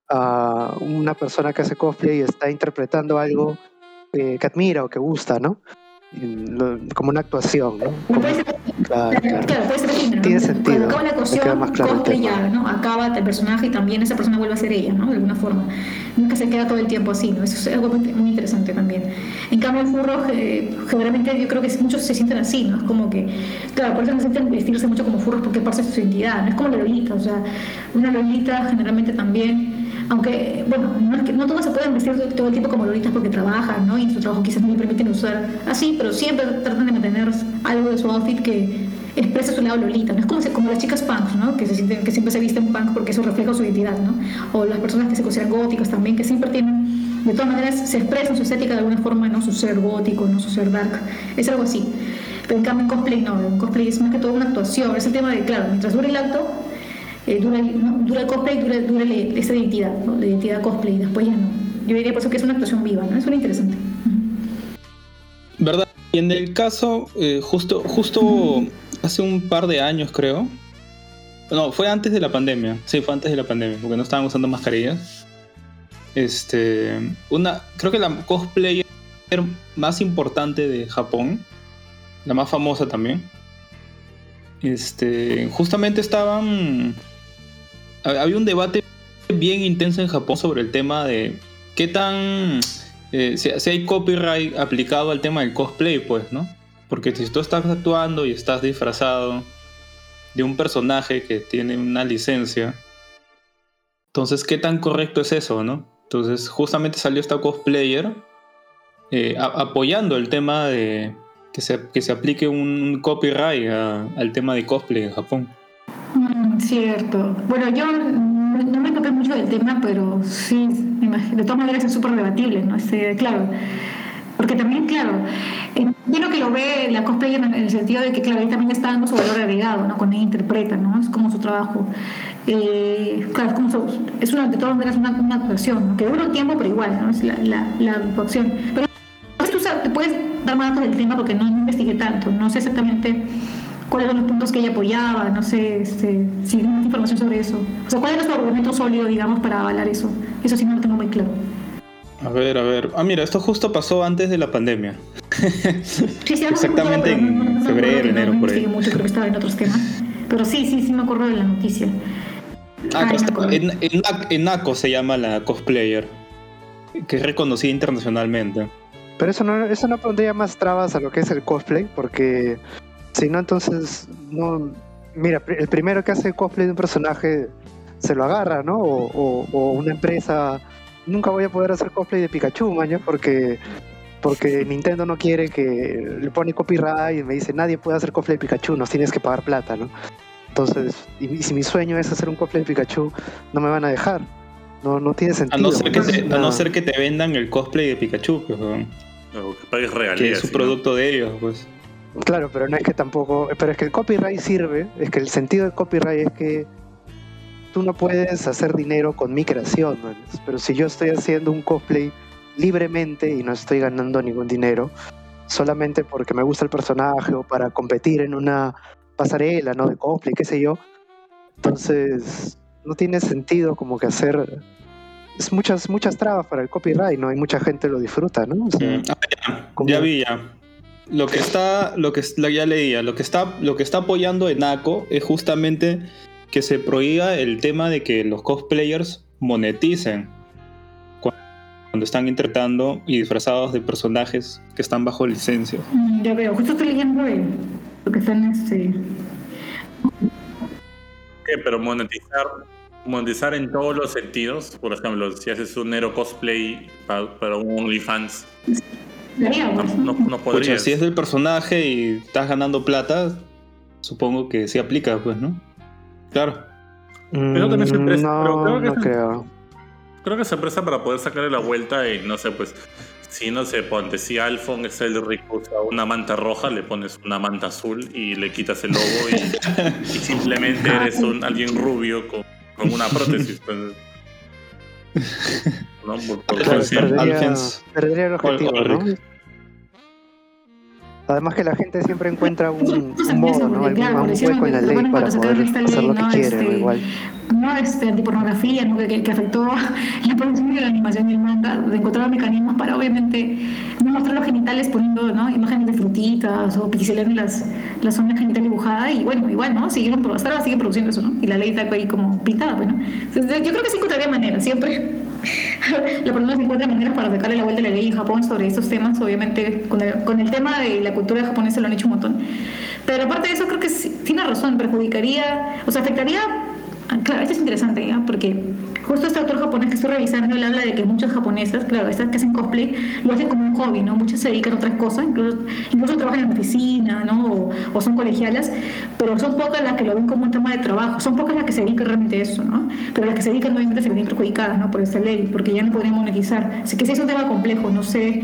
una persona que hace cosplay está interpretando algo que admira o que gusta, ¿no? Como una actuación, ¿no? Claro, puede ser efímero, ¿no? Tiene sentido. Cuando acaba la actuación, más claro cosplay ya, ¿no? Acaba el personaje y también esa persona vuelve a ser ella, ¿no? De alguna forma. Nunca se queda todo el tiempo así, ¿no? Eso es algo muy interesante también. En cambio, el furro, generalmente yo creo que muchos se sienten así, ¿no? Es como que, claro, por eso necesitan vestirse mucho como furros porque es parte de su identidad, no es como la Lolita, o sea, una Lolita generalmente también. Aunque, bueno, no todos se pueden vestir todo el tiempo como lolitas porque trabajan, ¿no? Y en su trabajo quizás no le permiten usar así, pero siempre tratan de mantener algo de su outfit que expresa su lado lolita, ¿no? Es como las chicas punk, ¿no? Que siempre se visten punk porque eso refleja su identidad, ¿no? O las personas que se consideran góticas también, que siempre tienen, de todas maneras, se expresan su estética de alguna forma, ¿no? Su ser gótico, ¿no? Su ser dark. Es algo así. Pero en cambio en cosplay no, en cosplay es más que todo una actuación. Es el tema de, claro, mientras dure el acto, dura el cosplay, dura esa identidad, ¿no? La identidad cosplay, y después ya no. Yo diría por eso que es una actuación viva, ¿no? Es muy interesante. ¿Verdad? Y en el caso, justo hace un par de años, creo. No, fue antes de la pandemia. Sí, fue antes de la pandemia, porque no estaban usando mascarillas. Creo que la cosplayer más importante de Japón, la más famosa también. Justamente había un debate bien intenso en Japón sobre el tema de qué tan si hay copyright aplicado al tema del cosplay, pues, ¿no? Porque si tú estás actuando y estás disfrazado de un personaje que tiene una licencia, entonces qué tan correcto es eso, ¿no? Entonces justamente salió esta cosplayer apoyando el tema de que se aplique un copyright al tema de cosplay en Japón. Cierto. Bueno, yo no me topé mucho del tema, pero sí, de todas maneras es súper debatible, ¿no? Claro. Porque también, claro, entiendo que lo ve la cosplayer en el sentido de que, claro, ahí también está dando su valor agregado, ¿no? Cuando ella interpreta, ¿no? Es como su trabajo. Claro, es de todas maneras una actuación, ¿no? Que dura un tiempo, pero igual, ¿no? Es la actuación. Pero tú te puedes dar más datos del tema porque no investigué tanto, no sé exactamente cuáles son los puntos que ella apoyaba, no sé si hay más información sobre eso. O sea, ¿cuál era su argumento sólido, digamos, para avalar eso? Eso sí no lo tengo muy claro. A ver. Mira, esto justo pasó antes de la pandemia. Sí, exactamente en febrero, enero, por ahí. No mucho, creo que estaba en otros temas. Pero sí me acuerdo de la noticia. En NACO se llama la cosplayer, que es reconocida internacionalmente. Pero eso no pondría más trabas a lo que es el cosplay, porque si no, entonces no. Mira, el primero que hace cosplay de un personaje se lo agarra, ¿no? O una empresa. Nunca voy a poder hacer cosplay de Pikachu, maño, porque Nintendo no quiere, que le pone copyright y me dice nadie puede hacer cosplay de Pikachu, nos tienes que pagar plata, ¿no? Entonces, y si mi sueño es hacer un cosplay de Pikachu, no me van a dejar. No tiene sentido. A no ser que te vendan el cosplay de Pikachu, pues, o que pagues regalías. Que es su producto de ellos, pues. Claro, pero no es que tampoco. Pero es que el copyright sirve, es que el sentido del copyright es que tú no puedes hacer dinero con mi creación, ¿no? Pero si yo estoy haciendo un cosplay libremente y no estoy ganando ningún dinero, solamente porque me gusta el personaje o para competir en una pasarela, ¿no? De cosplay, qué sé yo, entonces no tiene sentido como que hacer es muchas trabas para el copyright, ¿no? Y mucha gente lo disfruta, ¿no? O sea, como- Ya vi ya. Ya leía, lo que está apoyando Enaco es justamente que se prohíba el tema de que los cosplayers moneticen cuando están interpretando y disfrazados de personajes que están bajo licencia. Ya veo, justo estoy leyendo lo que están ¿Qué? Pero monetizar en todos los sentidos. Por ejemplo, si haces un Nero cosplay para un OnlyFans, no Pucha, podrías. si es del personaje y estás ganando plata, supongo que sí aplica, pues, ¿no? Claro. Pero también se presta, pero creo que no creo. Creo que se presta para poder sacarle la vuelta y no sé, pues, ponte, si Alphon es el rico, usa una manta roja, le pones una manta azul y le quitas el logo y simplemente eres alguien rubio con una prótesis. Pues, ¿no? Por Claro, conciencia. perdería el objetivo, ¿no? Además que la gente siempre encuentra un modo, ¿no? Un hueco en la ley para poder hacer lo que quiere, ¿no? Igual. No, antipornografía, ¿no? que afectó la producción de la animación y el manga, de encontrar mecanismos para obviamente no mostrar los genitales poniendo, ¿no? Imágenes de frutitas o pixelando las zonas genitales dibujadas y bueno, igual, ¿no? Hasta ahora sigue produciendo eso, ¿no? Y la ley está ahí como pintada, pues, ¿no? Entonces, yo creo que sí encontraría maneras, siempre la persona se encuentra maneras para sacarle la vuelta a la ley en Japón sobre estos temas, obviamente con el tema de la cultura japonesa lo han hecho un montón, pero aparte de eso creo que sí, tiene razón, perjudicaría, o sea, afectaría. Claro, esto es interesante, ¿ya? Porque justo este autor japonés que estoy revisando, él habla de que muchas japonesas, claro, estas que hacen cosplay, lo hacen como un hobby, ¿no? Muchas se dedican a otras cosas, incluso trabajan en la oficina, ¿no? O son colegialas, pero son pocas las que lo ven como un tema de trabajo, son pocas las que se dedican realmente a eso, ¿no? Pero las que se dedican obviamente se ven perjudicadas, ¿no? Por esta ley, porque ya no podrían monetizar. Así que sí es un tema complejo, no sé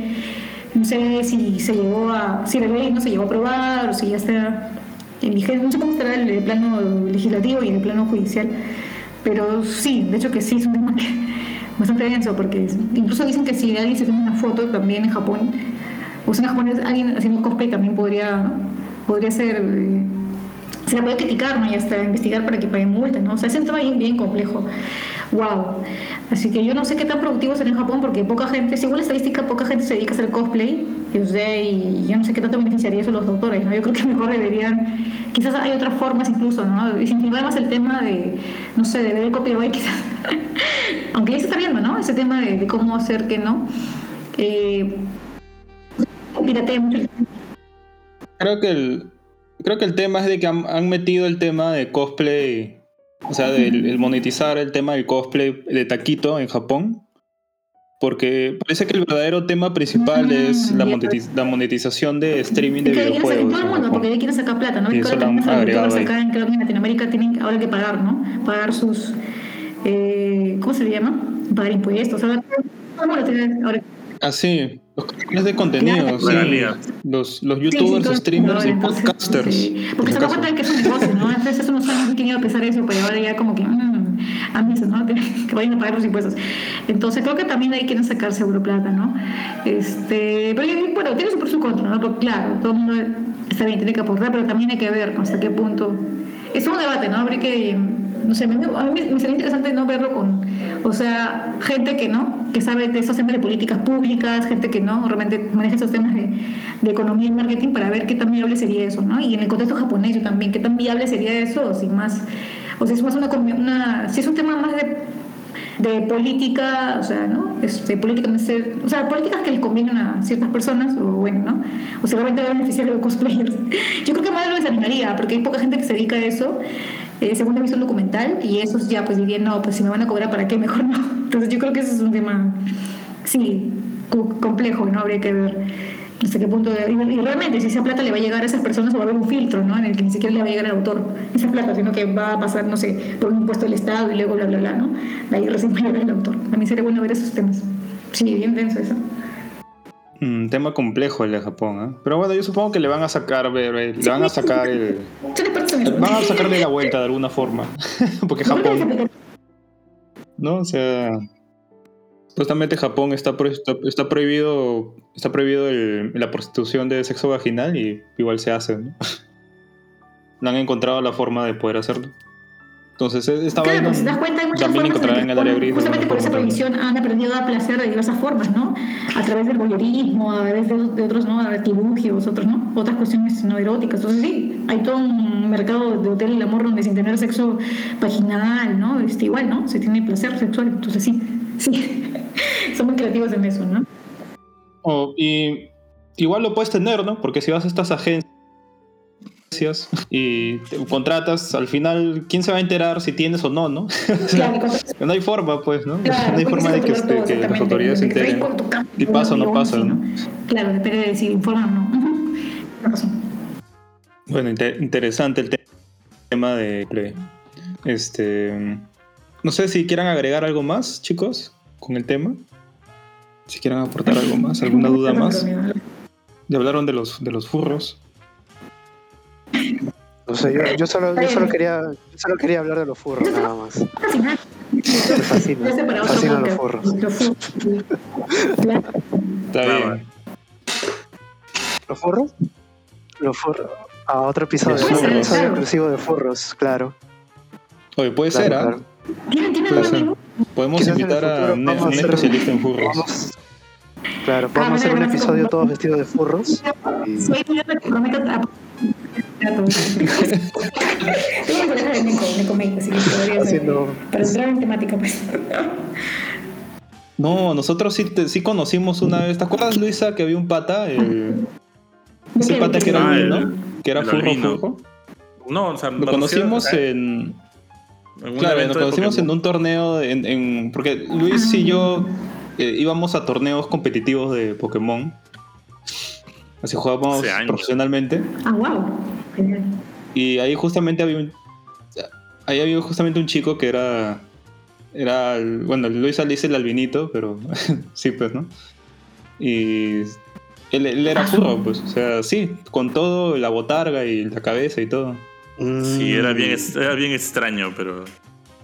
si la ley no se llegó a aprobar o si ya está en vigencia, no sé cómo estará el plano legislativo y el plano judicial, pero sí, de hecho que sí es un tema bastante denso, porque incluso dicen que si alguien se toma una foto también en Japón, o sea en Japón alguien haciendo cosplay también podría ser, se la puede criticar, ¿no? Y hasta investigar para que paguen multas, ¿no? O sea, es un tema bien complejo. Wow. Así que yo no sé qué tan productivo será en Japón, porque poca gente, según la estadística, poca gente se dedica a hacer cosplay, y yo no sé qué tanto beneficiaría eso a los doctores, ¿no? Yo creo que mejor deberían, quizás hay otras formas incluso, ¿no? Y sin más el tema de, no sé, de ver el copyright quizás, aunque ya se está viendo, ¿no? Ese tema de cómo hacer que no. Piratea mucho. Creo que el tema es de que han metido el tema de cosplay, o sea, el monetizar el tema del cosplay de taquito en Japón, porque parece que el verdadero tema principal es la monetización de streaming de videojuegos. En todo el mundo, porque ya quieren sacar plata, ¿no? Y eso lo han agregado ahí. Creo que en Latinoamérica tienen ahora que pagar, ¿no? Pagar sus, ¿cómo se le llama? Pagar impuestos. Ahora Ah, sí, los canales de contenido, Claro. sí. Los youtubers, streamers y podcasters. Sí. Porque se da cuenta de que es un negocio, ¿no? Entonces hace unos años he tenido que pesar eso, pero ahora ya como que a mí eso, ¿no? Que vayan a pagar los impuestos. Entonces creo que también ahí quieren sacar seguro plata, ¿no? Pero bueno, tiene su pro y su contra, ¿no? Porque claro, todo el mundo está bien, tiene que aportar, pero también hay que ver hasta qué punto. Es un debate, ¿no? Habría que, no sé, a mí me sería interesante no verlo o sea, gente que sabe de esos temas de políticas públicas, gente que no realmente maneja esos temas de economía y marketing para ver qué tan viable sería eso, ¿no? Y en el contexto japonés yo también, qué tan viable sería eso, o si es más si es un tema más de política, o sea, ¿no? Políticas que les convienen a ciertas personas, o bueno, ¿no? O sea, realmente va a beneficiar a los cosplayers. Yo creo que más lo desanimaría, porque hay poca gente que se dedica a eso. Según he visto un documental, y esos ya pues dirían, no, pues si me van a cobrar, ¿para qué? Mejor no. Entonces yo creo que ese es un tema, sí, complejo, ¿no? Habría que ver hasta qué punto, y realmente si esa plata le va a llegar a esas personas o va a haber un filtro, ¿no? En el que ni siquiera le va a llegar al autor esa plata, sino que va a pasar, no sé, por un impuesto del Estado y luego bla, bla, bla, ¿no? De ahí recién va a llegar al autor. A mí sería bueno ver esos temas. Sí, bien denso eso. Tema complejo el de Japón, ¿eh? Pero bueno, yo supongo que le van a sacar le van a sacar van a sacarle la vuelta de alguna forma. Porque Japón, ¿no? O sea, supuestamente Japón está prohibido la prostitución de sexo vaginal y igual se hace, ¿no? No han encontrado la forma de poder hacerlo. Entonces, esta Claro, vaina pues si te das cuenta, hay muchas también formas encontrará en el área gris. de justamente alguna por esa forma también. prohibición han aprendido a dar placer de diversas formas, ¿no? A través del voyeurismo, a través de otros, ¿no? Artilugios, otros, ¿no? Otras cuestiones no eróticas. Entonces sí, hay todo un mercado de hotel del amor donde sin tener sexo vaginal, ¿no? Igual, ¿no? Se tiene placer sexual. Entonces sí, son muy creativos en eso, ¿no? Y igual lo puedes tener, ¿no? Porque si vas a estas agencias y te contratas, al final, ¿quién se va a enterar si tienes o no, no? Claro, No hay forma, pues, ¿no? claro, No hay porque forma de que, se controla todo, que las exactamente, autoridades se de que enteren por tu campo, si pasa o no pasa, sí, ¿no? Claro, depende de si informan o no. Ujú. Tienes razón. Bueno, interesante el tema de Play. No sé si quieran agregar algo más, chicos, con el tema. Si quieren aportar algo más, alguna duda más. Ya hablaron de los furros. No sé, yo solo quería hablar de los furros, nada más. Fascinante. Me fascina. Ya sé para Me otro fascinan los podcast. furros. Los furros. Claro. Está bien. ¿Los furros? Los furros. A otro episodio. Los Un furros. episodio Claro. exclusivo de furros, claro. Oye, puede Claro, ser, ¿ah? claro. ¿Tienen Puede algo ser. amigo? Podemos Quizás en el invitar a futuro un vamos a hacer- especialista en furros. Claro, podemos hacer un bueno, episodio todos vestidos de furros. Y Sí, yo me comprometo a... Tengo una pareja de Neko Make, así que podría ser. Haciendo- Para entrar en temática, pues. No, nosotros sí conocimos una vez. ¿Te acuerdas, Luisa, que había un pata? Ese pata que era albino, que era el furro. albino. No, o sea, Lo conocimos en... un Claro, evento nos de conocimos en Pokémon. un torneo, porque Luis y yo íbamos a torneos competitivos de Pokémon. Así jugábamos Hace años. profesionalmente. Ah, wow. Genial. Y ahí justamente había un chico que era bueno, Luis le dice el albinito, pero sí, pues, ¿no? Y él era furro, pues, o sea, sí, con todo, la botarga y la cabeza y todo. Sí, era bien extraño, pero... O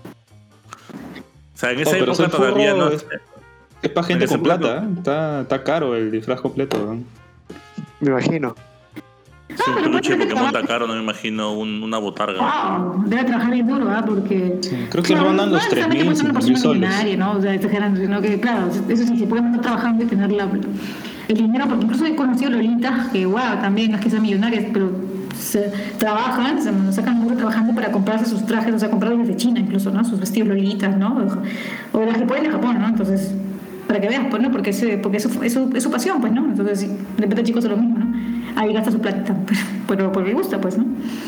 sea, en esa pero época ser furro todavía no... es para gente En ese con plata, plato. ¿eh? Está caro el disfraz completo, ¿no? Me imagino. Si un peluche de Pokémon está caro, no me imagino una botarga. Wow, debe trabajar bien duro, ¿verdad? Porque... Creo que rondan los 3.000, necesariamente puede ser una 5.000 persona soles. millonaria, ¿no? O sea, exagerando, sino que, claro, eso sí, se puede mandar trabajando y tener el dinero, porque incluso he conocido lolitas que, wow, también no es que sean millonarias, pero trabajan, se sacan mucho trabajando para comprarse sus trajes, o sea, comprarlos desde China incluso, ¿no? Sus vestidos lolitas, ¿no? O las que pueden de Japón, ¿no? Entonces, para que veas, pues, ¿no? Porque es su pasión, pues, ¿no? Entonces, sí, de repente chicos es lo mismo, ¿no? Ahí gasta su platita, pero porque le gusta, pues, ¿no?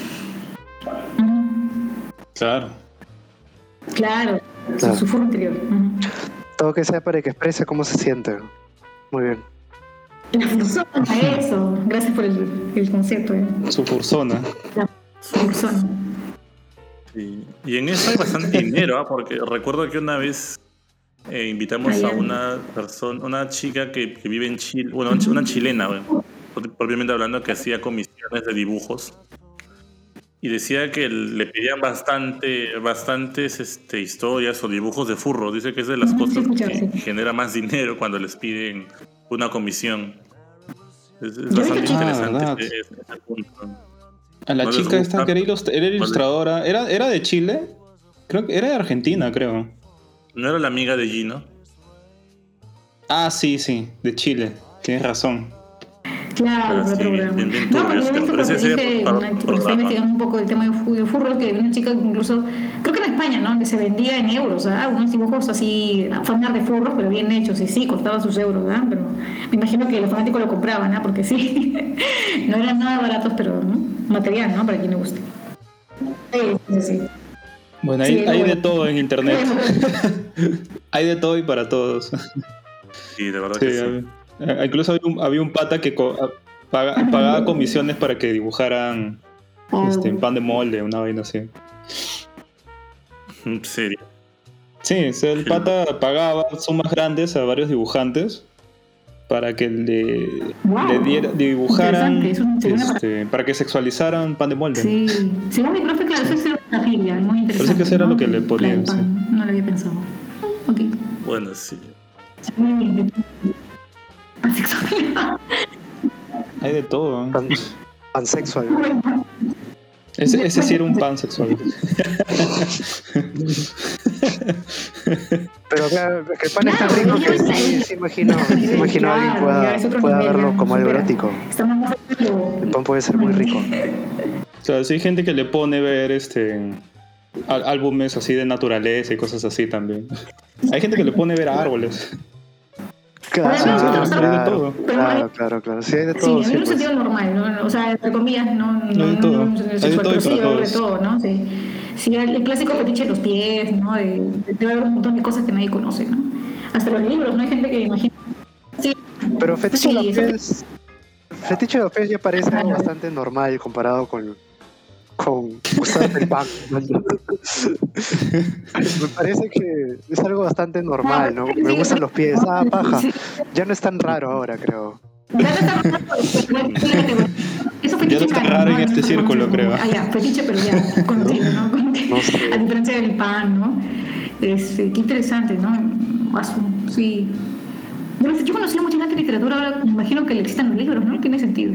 Claro. Claro, Claro. su foro interior. Todo que sea para que exprese cómo se siente. Muy bien. La fursona, eso. Gracias por el concepto. Su fursona. La fursona. Sí. Y en eso hay bastante dinero, ¿ah? Porque recuerdo que una vez invitamos a una persona, una chica que vive en Chile, bueno, una chilena, bueno, propiamente hablando, que hacía comisiones de dibujos. Y decía que le pedían bastantes historias o dibujos de furros. Dice que es de las cosas que genera más dinero cuando les piden una comisión. Es bastante interesante ¿verdad? ese punto. A la ¿No les chica esta gusta? que era ilustradora, ¿era de Chile? Creo que era de Argentina, creo. ¿No era la amiga de Gino? Ah, sí, de Chile. Tienes razón. Claro, Sí, otro programa. bien No, turbios, porque pero ese sería dije, para porque otro estoy programa. investigando un poco el tema de furros, que una chica incluso, creo que en España, ¿no? Donde se vendía en euros, ¿ah? Unos dibujos así, fanar de furros, pero bien hechos, y sí, costaban sus euros, ¿verdad? Pero me imagino que los fanáticos lo compraban, ¿ah? Porque sí, no eran nada baratos, pero ¿no? Material, ¿no? Para quien le guste. Sí. Bueno, Sí, hay de bueno. todo en internet. Hay de todo y para todos. Sí, de verdad Sí, que sí. incluso había un pata que pagaba comisiones para que dibujaran en pan de molde, una vaina así. En serio. Sí, o sea, el pata pagaba sumas grandes a varios dibujantes para que dibujaran, Interesante, para que sexualizaran pan de molde. Sí, según mi profe, claro, eso es una filia, muy interesante. Parece que eso era ¿no? lo que le ponían, La del pan, no lo había pensado. Ok. Bueno, sí. Hay de todo. ¿eh? Pansexual. Ese sí era un pansexual. Pero que el pan es tan rico que sí imagino a alguien pueda verlo como algo erótico. El pan puede ser muy rico. O sea, sí hay gente que le pone ver álbumes así de naturaleza y cosas así también. Hay gente que le pone ver árboles. Claro. Sí, hay de todo. Sí, en un sentido normal, ¿no? O sea, entre comillas, no hay de todo, ¿no? Sí, el clásico fetiche de los pies, ¿no? De haber un montón de cosas que nadie conoce, ¿no? Hasta los libros, ¿no? Hay gente que imagina. Sí. Pero fetiche de los pies ya parece algo bastante normal comparado con usar el pan. Me parece que es algo bastante normal, ¿no? Me gustan los pies, paja. Ya no es tan raro ahora, creo. Ya no está raro en este círculo, creo. Ya, fetiche, pero ya conocido, ¿no? A diferencia del pan, ¿no? Qué interesante, ¿no? Sí. Yo conocí a mucha gente de literatura, ahora me imagino que le existan los libros, ¿no? Tiene sentido.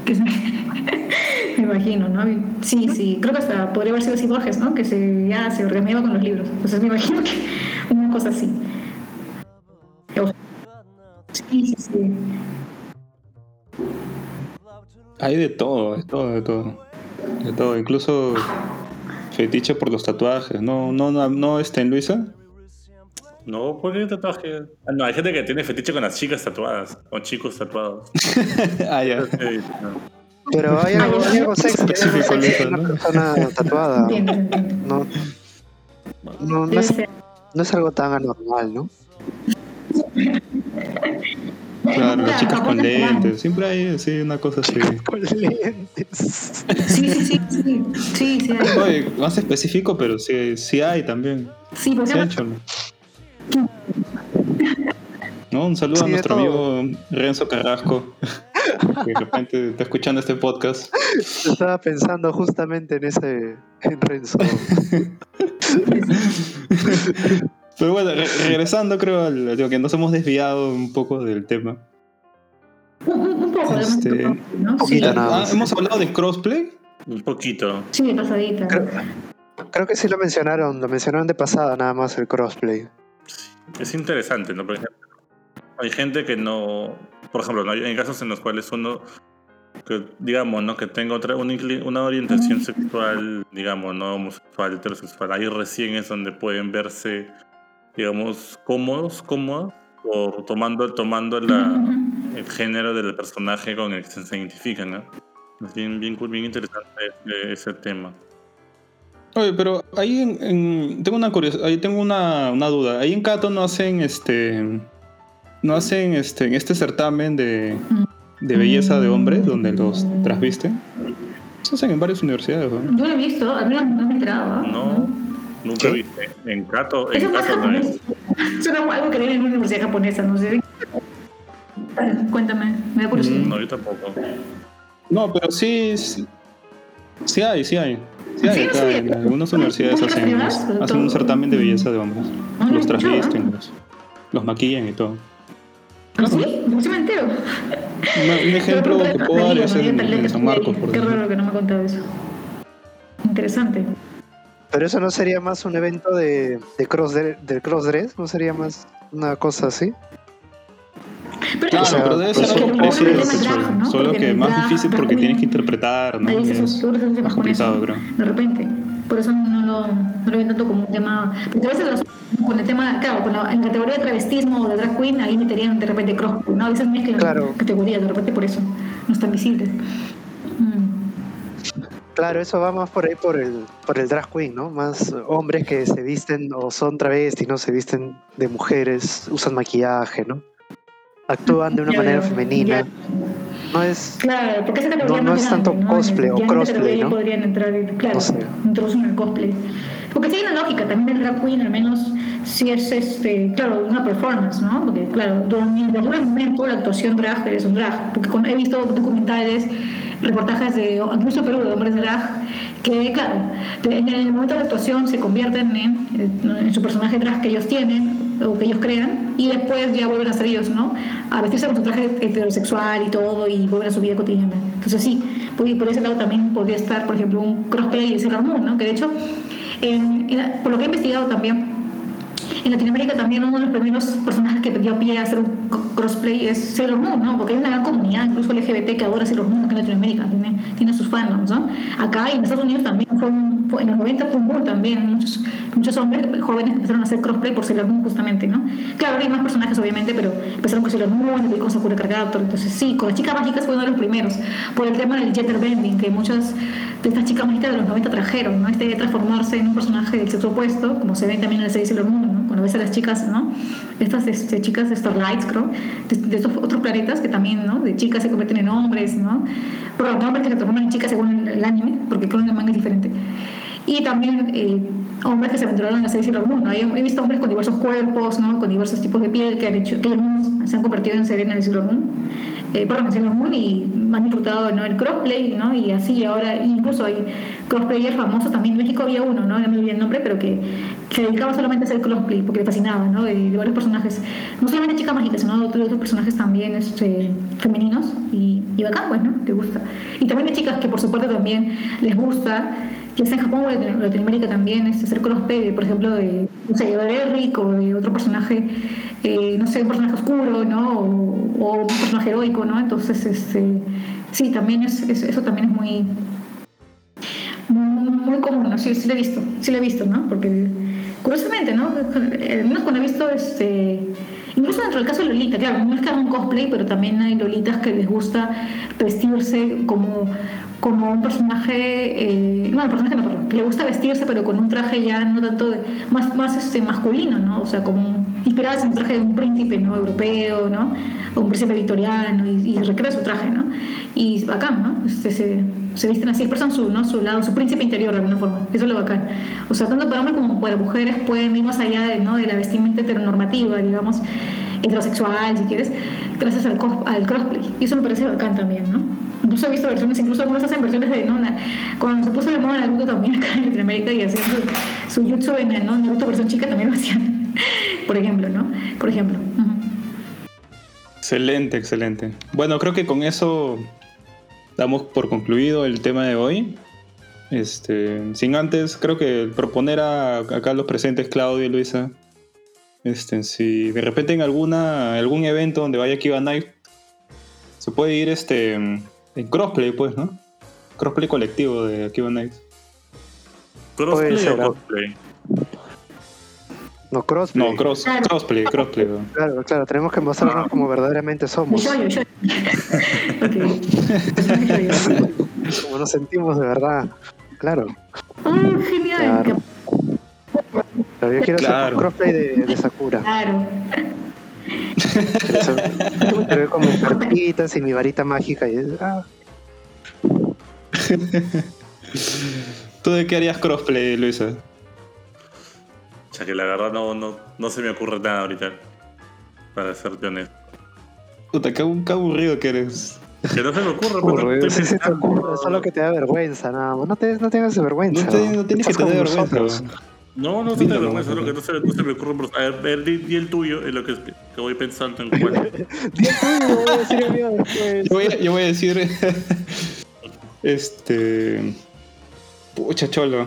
Me imagino, ¿no? Sí, creo que hasta podría haber sido así Borges, ¿no? Que se organizaba con los libros. Entonces me imagino que una cosa así. Sí. Hay de todo, incluso fetiche por los tatuajes, ¿no, en Luisa? No, ¿por qué tatuaje? No, hay gente que tiene fetiche con las chicas tatuadas, o chicos tatuados. Ya. Pero hay algo sexy en una persona tatuada. No es algo tan anormal, ¿no? Claro, las chicas con lentes. Siempre hay una cosa así. Con lentes. Sí hay. Oye, más específico, pero sí hay también. Sí, por ejemplo. ¿No? Un saludo a nuestro amigo Renzo Carrasco, que de repente está escuchando este podcast. Estaba pensando justamente en Renzo. Pero bueno, regresando, creo, digo que nos hemos desviado un poco del tema. Un poco, ¿no? Poquito nada más. ¿Hemos hablado de crossplay? Un poquito. Sí, de pasadita. Creo que sí lo mencionaron de pasada nada más el crossplay. Es interesante, ¿no? Por ejemplo, hay gente que no... Por ejemplo, ¿no? Hay casos en los cuales uno... que digamos, ¿no? Que tenga una orientación sexual, digamos, no homosexual, heterosexual. Ahí recién es donde pueden verse, digamos, cómodos, o tomando el género del personaje con el que se identifican, ¿no? Es bien interesante ese tema. Oye, pero ahí tengo una curiosidad, ahí tengo una duda. Ahí en Cato no hacen en este certamen de belleza de hombres donde los trasvisten. Eso hacen en varias universidades, ¿no? Yo lo he visto, al menos no me he enterado. No, nunca viste. En Cato no es. Suena algo que viene en una universidad japonesa, no sé. Cuéntame, me da curiosidad. No, yo tampoco. No, pero sí hay. Sí, acá en algunas universidades hacen un certamen de belleza de hombres. Los trasvisten, los maquillan y todo. ¿Sí? No se me entero. Un ejemplo que puedo dar es en San Marcos, por Qué ejemplo. raro que no me ha contado eso. Interesante. Pero eso no sería más un evento del crossdress, ¿no sería más una cosa así? Claro, pero debe ser algo parecido, solo que más difícil porque tienes que interpretar, ¿no? Es más complicado, creo. De repente. Por eso no lo ven tanto como un tema. Porque a veces con el tema, claro, en categoría de travestismo o de drag queen, ahí meterían de repente crossplay, ¿no? A veces mezclan categorías, de repente por eso no es tan visible. Claro, eso va más por ahí por el drag queen, ¿no? Más hombres que se visten o son travestis, ¿no? Se visten de mujeres, usan maquillaje, ¿no? Actúan de una manera femenina. No es, claro, porque esa categoría no es tanto cosplay o crossplay, ¿no? Podrían entrar, claro, no sé. Introducen el cosplay. Porque sí hay una lógica, también el drag queen al menos sí es claro, una performance, ¿no? Porque claro, durante un momento la actuación drag es un drag, porque he visto documentales, reportajes incluso Perú, de hombres drag, que claro, en el momento de la actuación se convierten en su personaje drag que ellos tienen o que ellos crean y después ya vuelven a ser ellos, ¿no? A vestirse con su traje heterosexual y todo y vuelven a su vida cotidiana. Entonces sí, y por ese lado también podría estar, por ejemplo, un crossplay de Sailor Moon, ¿no? Que de hecho, por lo que he investigado también, en Latinoamérica también uno de los primeros personajes que dio pie a hacer un crossplay es Sailor Moon, ¿no? Porque hay una gran comunidad, incluso LGBT, que adora Sailor Moon aquí en Latinoamérica, tiene sus fandoms, ¿no? Acá y en Estados Unidos también en los 90 fue un boom también, muchos hombres jóvenes empezaron a hacer crossplay por Sailor Moon justamente, ¿no? Claro, hay más personajes obviamente, pero empezaron con Sailor Moon, después con Sakura Card Captor, entonces sí, con las chicas mágicas fue uno de los primeros, por el tema del gender bending, que muchas de estas chicas mágicas de los 90 trajeron, ¿no? De transformarse en un personaje del sexo opuesto, como se ve también en la serie Sailor Moon, ¿no? Cuando ves a las chicas, ¿no? Estas chicas de Starlights, creo, de estos otros planetas que también, ¿no? De chicas se convierten en hombres, ¿no? Pero no hombres que se transforman en chicas según el anime, porque creo que el manga es diferente. Y también hombres que se aventuraron en la serie Sailor Moon, ¿no? He visto hombres con diversos cuerpos, ¿no? Con diversos tipos de piel que ellos mismos se han convertido en Serena de Sailor Moon. En Sailor Moon y han disfrutado, ¿no? El crossplay, ¿no? Y así ahora incluso hay crossplayer famosos también en México había uno, ¿no? No me olvidé el nombre, pero que se dedicaba solamente a hacer crossplay porque le fascinaba, ¿no? De varios personajes, no solamente chicas mágicas, sino de otros personajes también femeninos y bacán, pues, ¿no? Te gusta. Y también hay chicas que por su parte también les gusta, ya sea en Japón o en Latinoamérica también, hacer cosplay, por ejemplo, de, no sé, de Eric o de otro personaje, no sé, un personaje oscuro, ¿no? O un personaje heroico, ¿no? Entonces, sí, también eso también es muy común, ¿no? Sí lo he visto, ¿no? Porque, curiosamente, ¿no? Al menos cuando he visto, incluso dentro del caso de Lolita, claro, no es que hagan un cosplay, pero también hay lolitas que les gusta vestirse como un personaje, el personaje no, perdón, que le gusta vestirse pero con un traje ya no tanto más masculino, ¿no? O sea, como inspiradas en un traje de un príncipe, ¿no? Europeo, ¿no? O un príncipe victoriano y recrea su traje, ¿no? Y bacán, ¿no? Se visten así, expresan su lado, su príncipe interior de alguna forma. Eso es lo bacán. O sea, tanto para hombres como para mujeres pueden ir más allá de la vestimenta heteronormativa, digamos, heterosexual, si quieres, gracias al crossplay. Y eso me parece bacán también, ¿no? Incluso he visto versiones, incluso algunos hacen versiones de cuando se puso de moda Naruto también acá en Latinoamérica y hacían su jutsu en Naruto versión chica también lo hacían, por ejemplo, ¿no? Por ejemplo. Excelente. Bueno, creo que con eso damos por concluido el tema de hoy. Sin antes, creo que proponer acá a los presentes, Claudio y Luisa, si de repente en algún evento donde vaya Akiba Knife, se puede ir en crossplay, pues, ¿no? Crossplay colectivo de Akiba Knife. ¿Crossplay o cosplay? No, crossplay. No, crossplay. Claro, tenemos que mostrarnos como verdaderamente somos. Yo. Como nos sentimos de verdad. Claro. Genial. Claro. Pero yo quiero hacer un crossplay de Sakura. Claro. Pero con mis cartitas y mi varita mágica. ¿Tú de qué harías crossplay, Luisa? O sea que la verdad no se me ocurre nada ahorita. Para serte honesto. Puta, qué aburrido que eres. Que no se me ocurre, Eso es lo que te da vergüenza, nada más. No tengas vergüenza. No tienes que tener vergüenza. No te da vergüenza, lo que no se me ocurre. A ver, di el tuyo, es lo que voy pensando en cuál. Di el tuyo, voy a decir el mío después. Yo voy a decir. Pucha, cholo.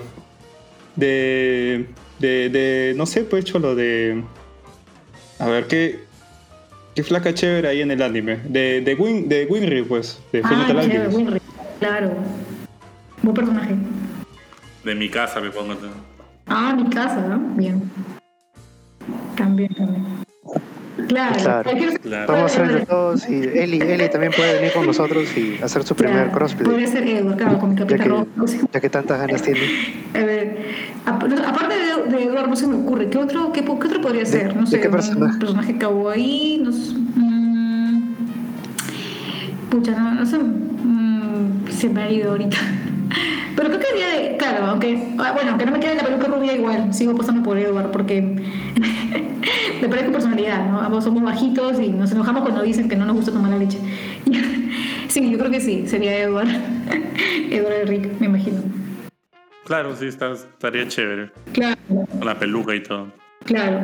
No sé, pues, cholo, a ver, qué flaca chévere ahí en el anime. De Winry, pues, de Fullmetal Alchemist. Winry, claro. Buen personaje. De mi casa me pongo. Mi casa, ¿no? Bien. También. Claro. Vamos a hacer de todos y Eli también puede venir con nosotros y hacer su primer crossplay. Podría ser Edward, claro, con mi capita roja. Ya que tantas ganas tiene. A ver, aparte de Edward, no se me ocurre. ¿Qué otro podría ser? No sé, ¿qué personaje? Un personaje kawaii, no sé. Pucha, no sé. Se me ha ido ahorita. Pero creo que haría claro, aunque no me quede la peluca rubia, igual sigo pasando por Edward porque me parece con personalidad, ¿no? Ambos somos bajitos y nos enojamos cuando dicen que no nos gusta tomar la leche. Sí, yo creo que sí, sería Edward. Edward de Rick, me imagino. Claro, sí, estaría chévere. Claro. Con la peluca y todo. Claro.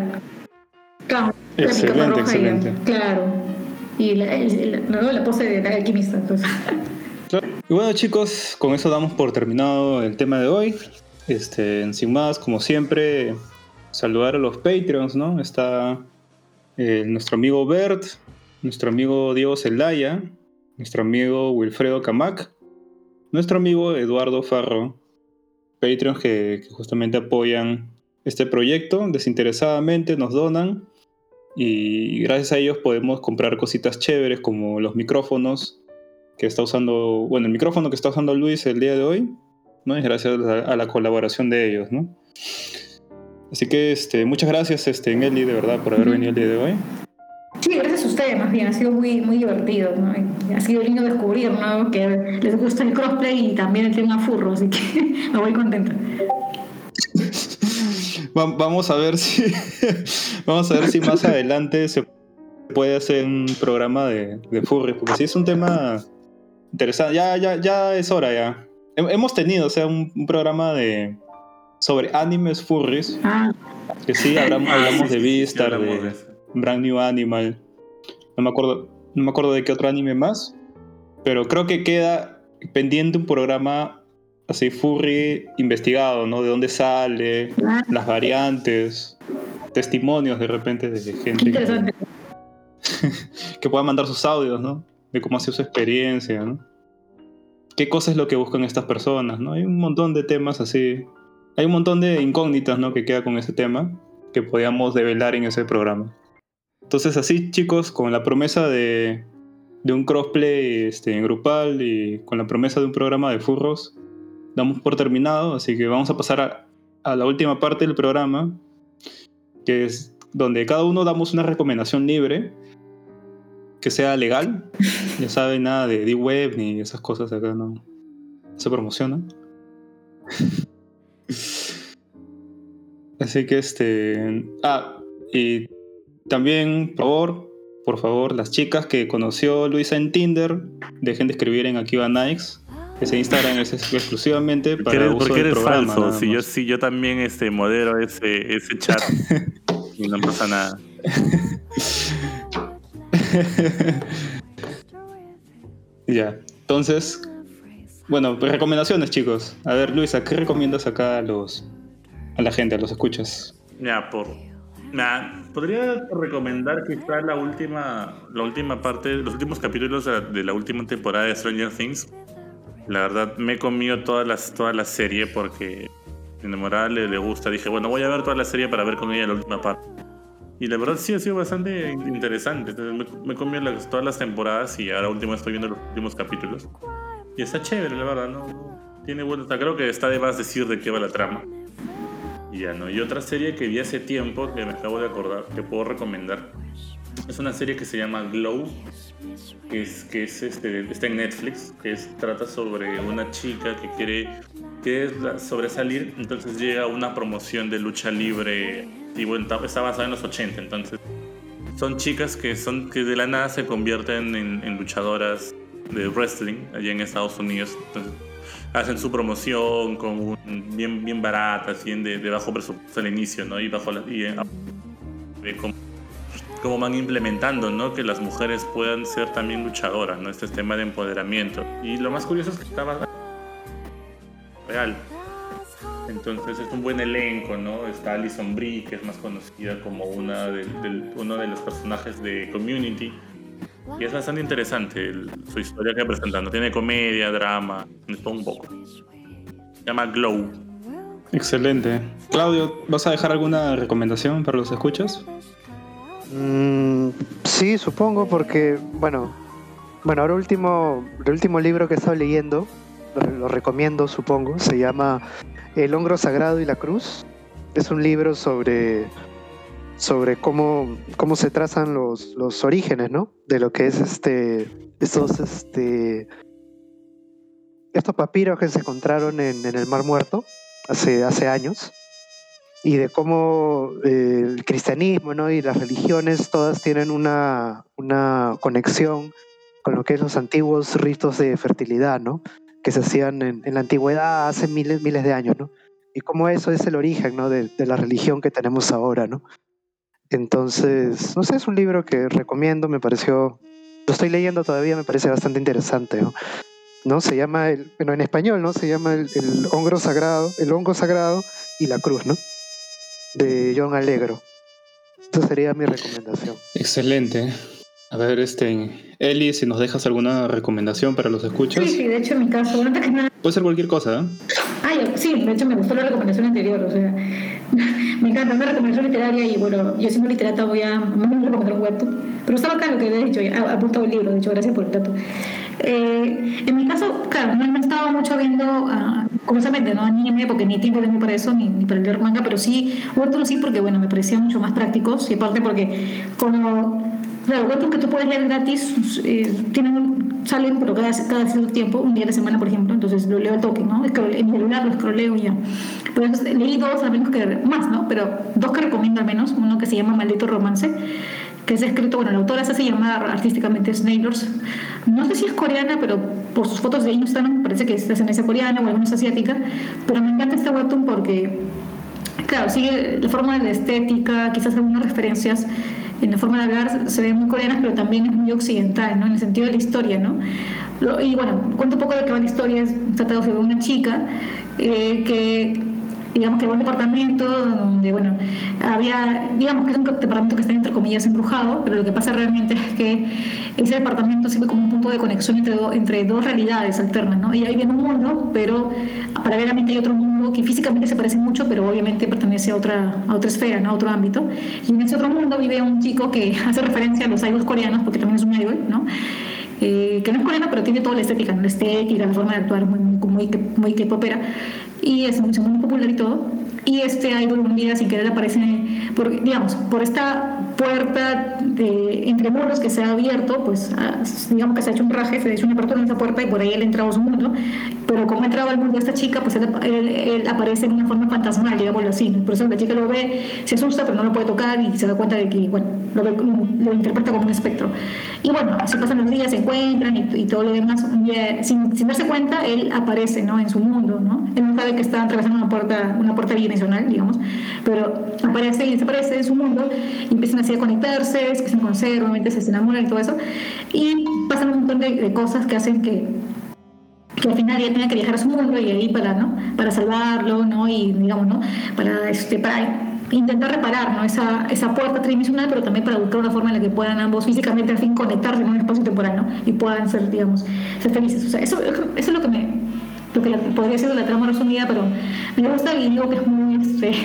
Excelente. Claro. Y la pose de la alquimista, entonces. Claro. Y bueno, chicos, con eso damos por terminado el tema de hoy. Sin más, como siempre, saludar a los Patreons, ¿no? Está nuestro amigo Bert, nuestro amigo Diego Zelaya, nuestro amigo Wilfredo Camac, nuestro amigo Eduardo Farro, Patreons que justamente apoyan este proyecto desinteresadamente, nos donan y gracias a ellos podemos comprar cositas chéveres como los micrófonos que está usando, bueno, el micrófono que está usando Luis el día de hoy, ¿no? Es gracias a la colaboración de ellos, ¿no? Así que muchas gracias, Nelly, de verdad, por haber venido el día de hoy. Sí, gracias a ustedes, más bien, ha sido muy, muy divertido, ¿no? Y ha sido lindo descubrir, ¿no? Que les gusta el crossplay y también el tema furro, así que me voy contenta. Vamos a ver si más adelante se puede hacer un programa de furries, porque sí es un tema interesante. Ya es hora ya. Hemos tenido, o sea, un programa sobre animes furries. Que sí, hablamos de Beastar, de Brand New Animal. No me acuerdo de qué otro anime más. Pero creo que queda pendiente un programa así furry investigado, ¿no? De dónde sale, las variantes, testimonios de repente de gente que pueda mandar sus audios, ¿no? De cómo ha sido su experiencia, ¿no? ¿Qué cosa es lo que buscan estas personas, ¿no? Hay un montón de temas así. Hay un montón de incógnitas, ¿no? Que queda con ese tema que podíamos develar en ese programa. Entonces así, chicos, con la promesa de un crossplay grupal y con la promesa de un programa de furros, damos por terminado, así que vamos a pasar a la última parte del programa, que es donde cada uno damos una recomendación libre, que sea legal. Ya saben, nada de D-Web ni esas cosas acá no se promocionan. Así que y también, por favor, las chicas que conoció Luisa en Tinder, dejen de escribir en Akiba Nikes. Ese Instagram es exclusivamente para uso del programa. Porque eres falso. Si yo también modero ese chat y no pasa nada. Ya, entonces, bueno, pues recomendaciones, chicos. A ver, Luisa, ¿qué recomiendas acá a la gente, a los escuchas? Podría recomendar quizás la última parte, los últimos capítulos de la última temporada de Stranger Things. La verdad, me he comido toda la serie porque a mi enamorada le gusta. Dije, bueno, voy a ver toda la serie para ver con ella la última parte. Y la verdad sí ha sido bastante interesante. Entonces me he comido todas las temporadas y ahora último estoy viendo los últimos capítulos. Y está chévere, la verdad, ¿no? Tiene buena... Creo que está de más decir de qué va la trama. Y ya, ¿no? Y otra serie que vi hace tiempo, que me acabo de acordar, que puedo recomendar, es una serie que se llama Glow, que está en Netflix, trata sobre una chica que quiere sobresalir, entonces llega a una promoción de lucha libre, y bueno, está basada en los 80, entonces son chicas que de la nada se convierten en luchadoras de wrestling allá en Estados Unidos. Entonces hacen su promoción bien baratas, bien de bajo presupuesto al inicio, ¿no? Y cómo van implementando, ¿no? Que las mujeres puedan ser también luchadoras, ¿no? Este tema de empoderamiento. Y lo más curioso es que estaba real. Entonces es un buen elenco, ¿no? Está Alison Brie, que es más conocida como uno de los personajes de Community. Y es bastante interesante su historia que va presentando. Tiene comedia, drama, todo un poco. Se llama Glow. Excelente. Claudio, ¿vas a dejar alguna recomendación para los escuchas? Sí, supongo, porque, bueno, ahora el último libro que he estado leyendo, lo recomiendo, supongo, se llama El Hongro Sagrado y la Cruz. Es un libro sobre cómo se trazan los orígenes, ¿no? De lo que es estos papiros que se encontraron en el Mar Muerto hace años, y de cómo el cristianismo, ¿no? Y las religiones todas tienen una conexión con lo que es los antiguos ritos de fertilidad, ¿no? Que se hacían en la antigüedad hace miles de años, ¿no? Y cómo eso es el origen, ¿no? de la religión que tenemos ahora, ¿no? Entonces, no sé, es un libro que recomiendo, me pareció, lo estoy leyendo todavía, me parece bastante interesante, ¿no? ¿no? Se llama bueno, en español, ¿no? Se llama el hongo sagrado y la cruz, ¿no? De John Allegro. Esa sería mi recomendación. Excelente. A ver, Eli, si nos dejas alguna recomendación para los escuchas. Sí, de hecho en mi caso, bueno, antes que nada... Puede ser cualquier cosa, ¿eh? Sí, de hecho me gustó la recomendación anterior, o sea, me encanta una recomendación literaria y bueno, yo siendo literata voy a recomendar un webtoon, pero está bacán lo que he dicho, he apuntado el libro, de hecho, gracias por el dato. En mi caso, claro, no he estado mucho viendo, curiosamente, no anime, porque ni tiempo tengo para eso, ni para leer manga, pero sí, webtoon sí, porque bueno, me parecían mucho más prácticos, y aparte porque como... Claro, webtoon que tú puedes leer gratis, salen pero cada cierto tiempo, un día a la semana, por ejemplo, entonces lo leo al toque, ¿no? En mi celular lo escroleo y ya. Pero leí dos, al menos más, ¿no? Pero dos que recomiendo al menos, uno que se llama Maldito Romance, que es escrito, bueno, la autora se hace llamar artísticamente Snailors. No sé si es coreana, pero por sus fotos de Instagram parece que es de ascendencia coreana o alguna es asiática, pero me encanta este webtoon porque, claro, sigue la forma de la estética, quizás algunas referencias en la forma de hablar se ven muy coreanas, pero también es muy occidental, ¿no? En el sentido de la historia, ¿no? Y bueno, cuento un poco de qué va la historia. Trata de una chica que digamos que va a un departamento donde, bueno, digamos que es un departamento que está entre comillas embrujado, pero lo que pasa realmente es que ese departamento sirve como un punto de conexión entre dos realidades alternas, ¿no? Ella vive en un mundo, pero paralelamente hay otro mundo que físicamente se parece mucho, pero obviamente pertenece a otra esfera, ¿no? A otro ámbito. Y en ese otro mundo vive un chico que hace referencia a los idols coreanos, porque también es un idol, ¿no? Que no es coreano, pero tiene toda la estética, ¿no? La estética, la forma de actuar muy K-popera, y es muy popular y todo. Y idol un día sin querer aparece por esta puerta entre muros que se ha abierto, pues digamos que se ha hecho un raje, se ha hecho una apertura en esa puerta y por ahí él entraba a su mundo. Pero como entraba al mundo de esta chica, pues él aparece en una forma fantasmal, digámoslo así. Por eso la chica lo ve, se asusta, pero no lo puede tocar y se da cuenta de que, bueno, lo interpreta como un espectro. Y bueno, así pasan los días, se encuentran y todo lo demás. Sin darse cuenta, él aparece, ¿no? En su mundo, ¿no? Él no sabe que está atravesando una puerta bidimensional, digamos, pero aparece y desaparece en su mundo y empiezan así a conectarse, se empiezan a conocer, obviamente se enamoran y todo eso. Y pasan un montón de cosas que hacen que al final ella tenga que viajar a su mundo y ahí para salvarlo, ¿no? Y digamos, ¿no? Para intentar reparar, ¿no? esa puerta tridimensional, pero también para buscar una forma en la que puedan ambos físicamente al fin conectarse en un espacio temporal, ¿no? Y puedan ser, digamos, ser felices. O sea, eso es lo que podría ser la trama resumida, pero me gusta y digo que es muy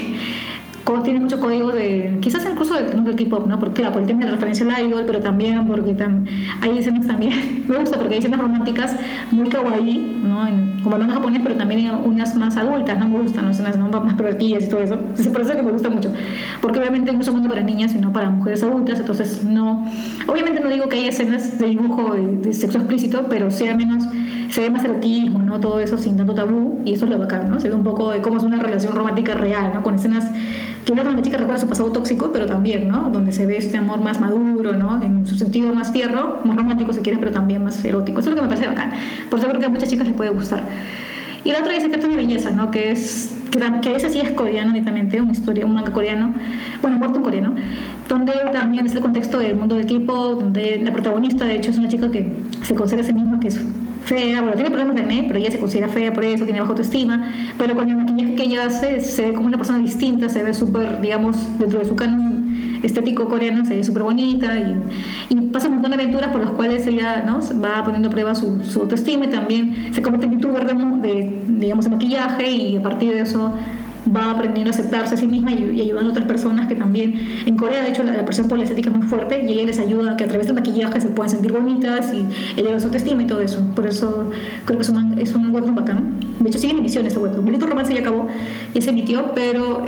tiene mucho código quizás incluso del K-pop, ¿no? Porque claro, por el tema de la referencia al idol, pero también porque hay escenas también, me gusta porque hay escenas románticas muy kawaii, ¿no? Como manga japonés, pero también hay unas más adultas, no me gustan, ¿no? Escenas más pervertidas y todo eso. Entonces, por eso es que me gusta mucho, porque obviamente no es mundo para niñas, sino para mujeres adultas, entonces obviamente no digo que hay escenas de dibujo de sexo explícito, pero sí al menos se ve más erotismo, ¿no? Todo eso sin tanto tabú, y eso es lo bacán, ¿no? Se ve un poco de cómo es una relación romántica real, ¿no? Con escenas que una chica recuerda su pasado tóxico, pero también, ¿no? Donde se ve este amor más maduro, ¿no? En su sentido más tierno, más romántico si quieres, pero también más erótico. Eso es lo que me parece bacán. Por eso creo que a muchas chicas les puede gustar. Y la otra es Secretos de Belleza, ¿no? Que ese sí es coreano, netamente, un manga coreano, bueno, un coreano, donde también es el contexto del mundo del K-pop, donde la protagonista, de hecho, es una chica que se considera a sí misma que es fea, bueno, tiene problemas de acné, pero ella se considera fea por eso, tiene baja autoestima, pero con el maquillaje que ella hace se ve como una persona distinta, se ve súper, digamos, dentro de su canon estético coreano, se ve súper bonita y pasa un montón de aventuras por las cuales ella, ¿no? Va poniendo a prueba su autoestima y también se convierte en youtuber digamos, de maquillaje, y a partir de eso va aprendiendo a aceptarse a sí misma y ayudando a otras personas que también, en Corea de hecho la presión por la estética es muy fuerte y ella les ayuda a que a través del maquillaje se puedan sentir bonitas y elevar su autoestima y todo eso. Por eso creo que es un webtoon bacán. De hecho sigue en emisión este webtoon. Maldito Romance ya acabó, ya se emitió, pero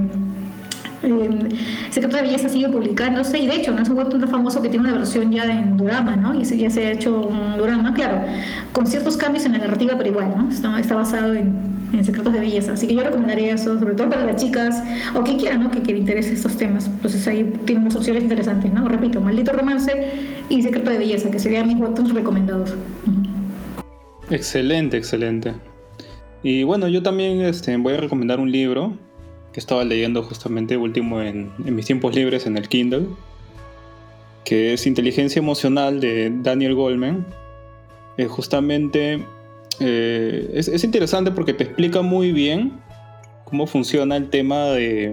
Secreto de Belleza sigue publicándose, y de hecho no es un webtoon tan famoso que tiene una versión ya en dorama, ¿no? Y ya se ha hecho un dorama, claro, con ciertos cambios en la narrativa, pero igual, ¿no? Está basado en Secretos de Belleza, así que yo recomendaría eso, sobre todo para las chicas o quien quiera, ¿no? Que le interese estos temas. Entonces ahí tienen unas opciones interesantes, ¿no? Repito, Maldito Romance y Secreto de Belleza, que serían mis webtoons recomendados. Excelente. Y bueno, yo también voy a recomendar un libro que estaba leyendo justamente último en mis tiempos libres en el Kindle, que es Inteligencia Emocional de Daniel Goleman. justamente es interesante porque te explica muy bien cómo funciona el tema de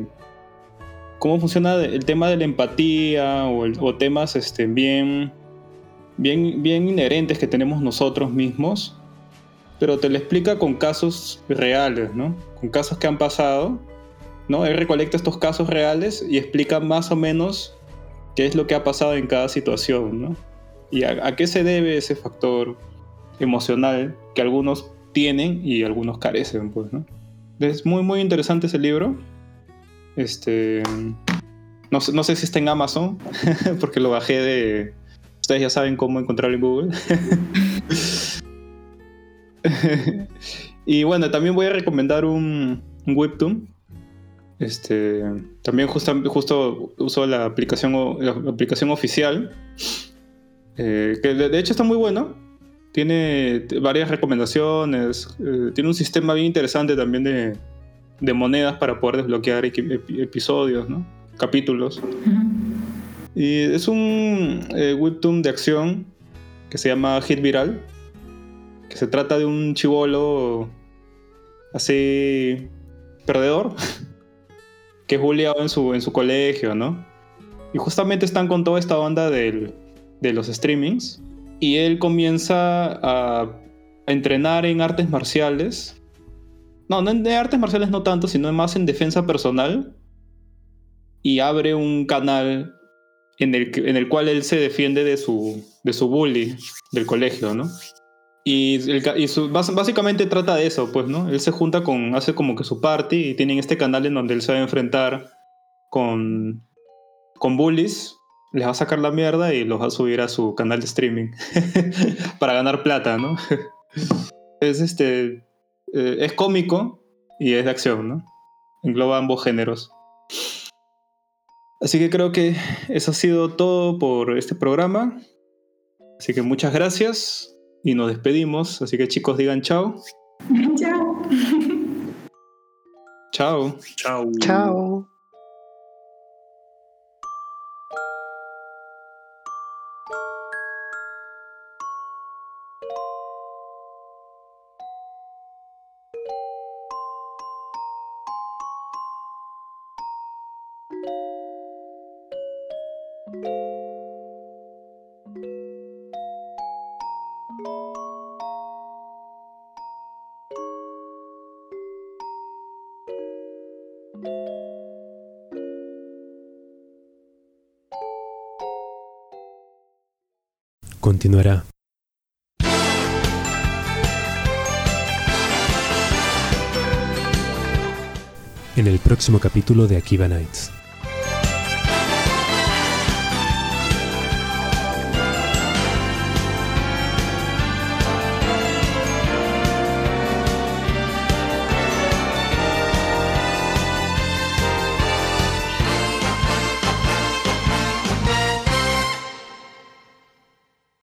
la empatía o temas bien inherentes que tenemos nosotros mismos, pero te lo explica con casos reales, ¿no? Con casos que han pasado, ¿no? Él recolecta estos casos reales y explica más o menos qué es lo que ha pasado en cada situación, ¿no? Y a qué se debe ese factor emocional que algunos tienen y algunos carecen, pues, ¿no? Es muy, muy interesante ese libro. No sé si está en Amazon, porque lo bajé de... Ustedes ya saben cómo encontrarlo en Google. Y bueno, también voy a recomendar un webtoon. También justo uso la aplicación oficial, que de hecho está muy bueno. Tiene varias recomendaciones, tiene un sistema bien interesante también de monedas para poder desbloquear episodios, ¿no? Capítulos. Y es un webtoon de acción que se llama Hit Viral, que se trata de un chibolo así perdedor que es bulleado en su colegio, ¿no? Y justamente están con toda esta onda de los streamings, y él comienza a entrenar en artes marciales. No, de artes marciales no tanto, sino más en defensa personal, y abre un canal en el cual él se defiende de su bully del colegio, ¿no? Básicamente trata de eso, pues, ¿no? Él se junta hace como que su party y tienen este canal en donde él se va a enfrentar con bullies, les va a sacar la mierda y los va a subir a su canal de streaming para ganar plata, ¿no? Es cómico y es de acción, ¿no? Engloba ambos géneros. Así que creo que eso ha sido todo por este programa. Así que muchas gracias y nos despedimos. Así que chicos, digan chao. Chao. Chao. Chao. Chao. Continuará. En el próximo capítulo de Akiba Nights.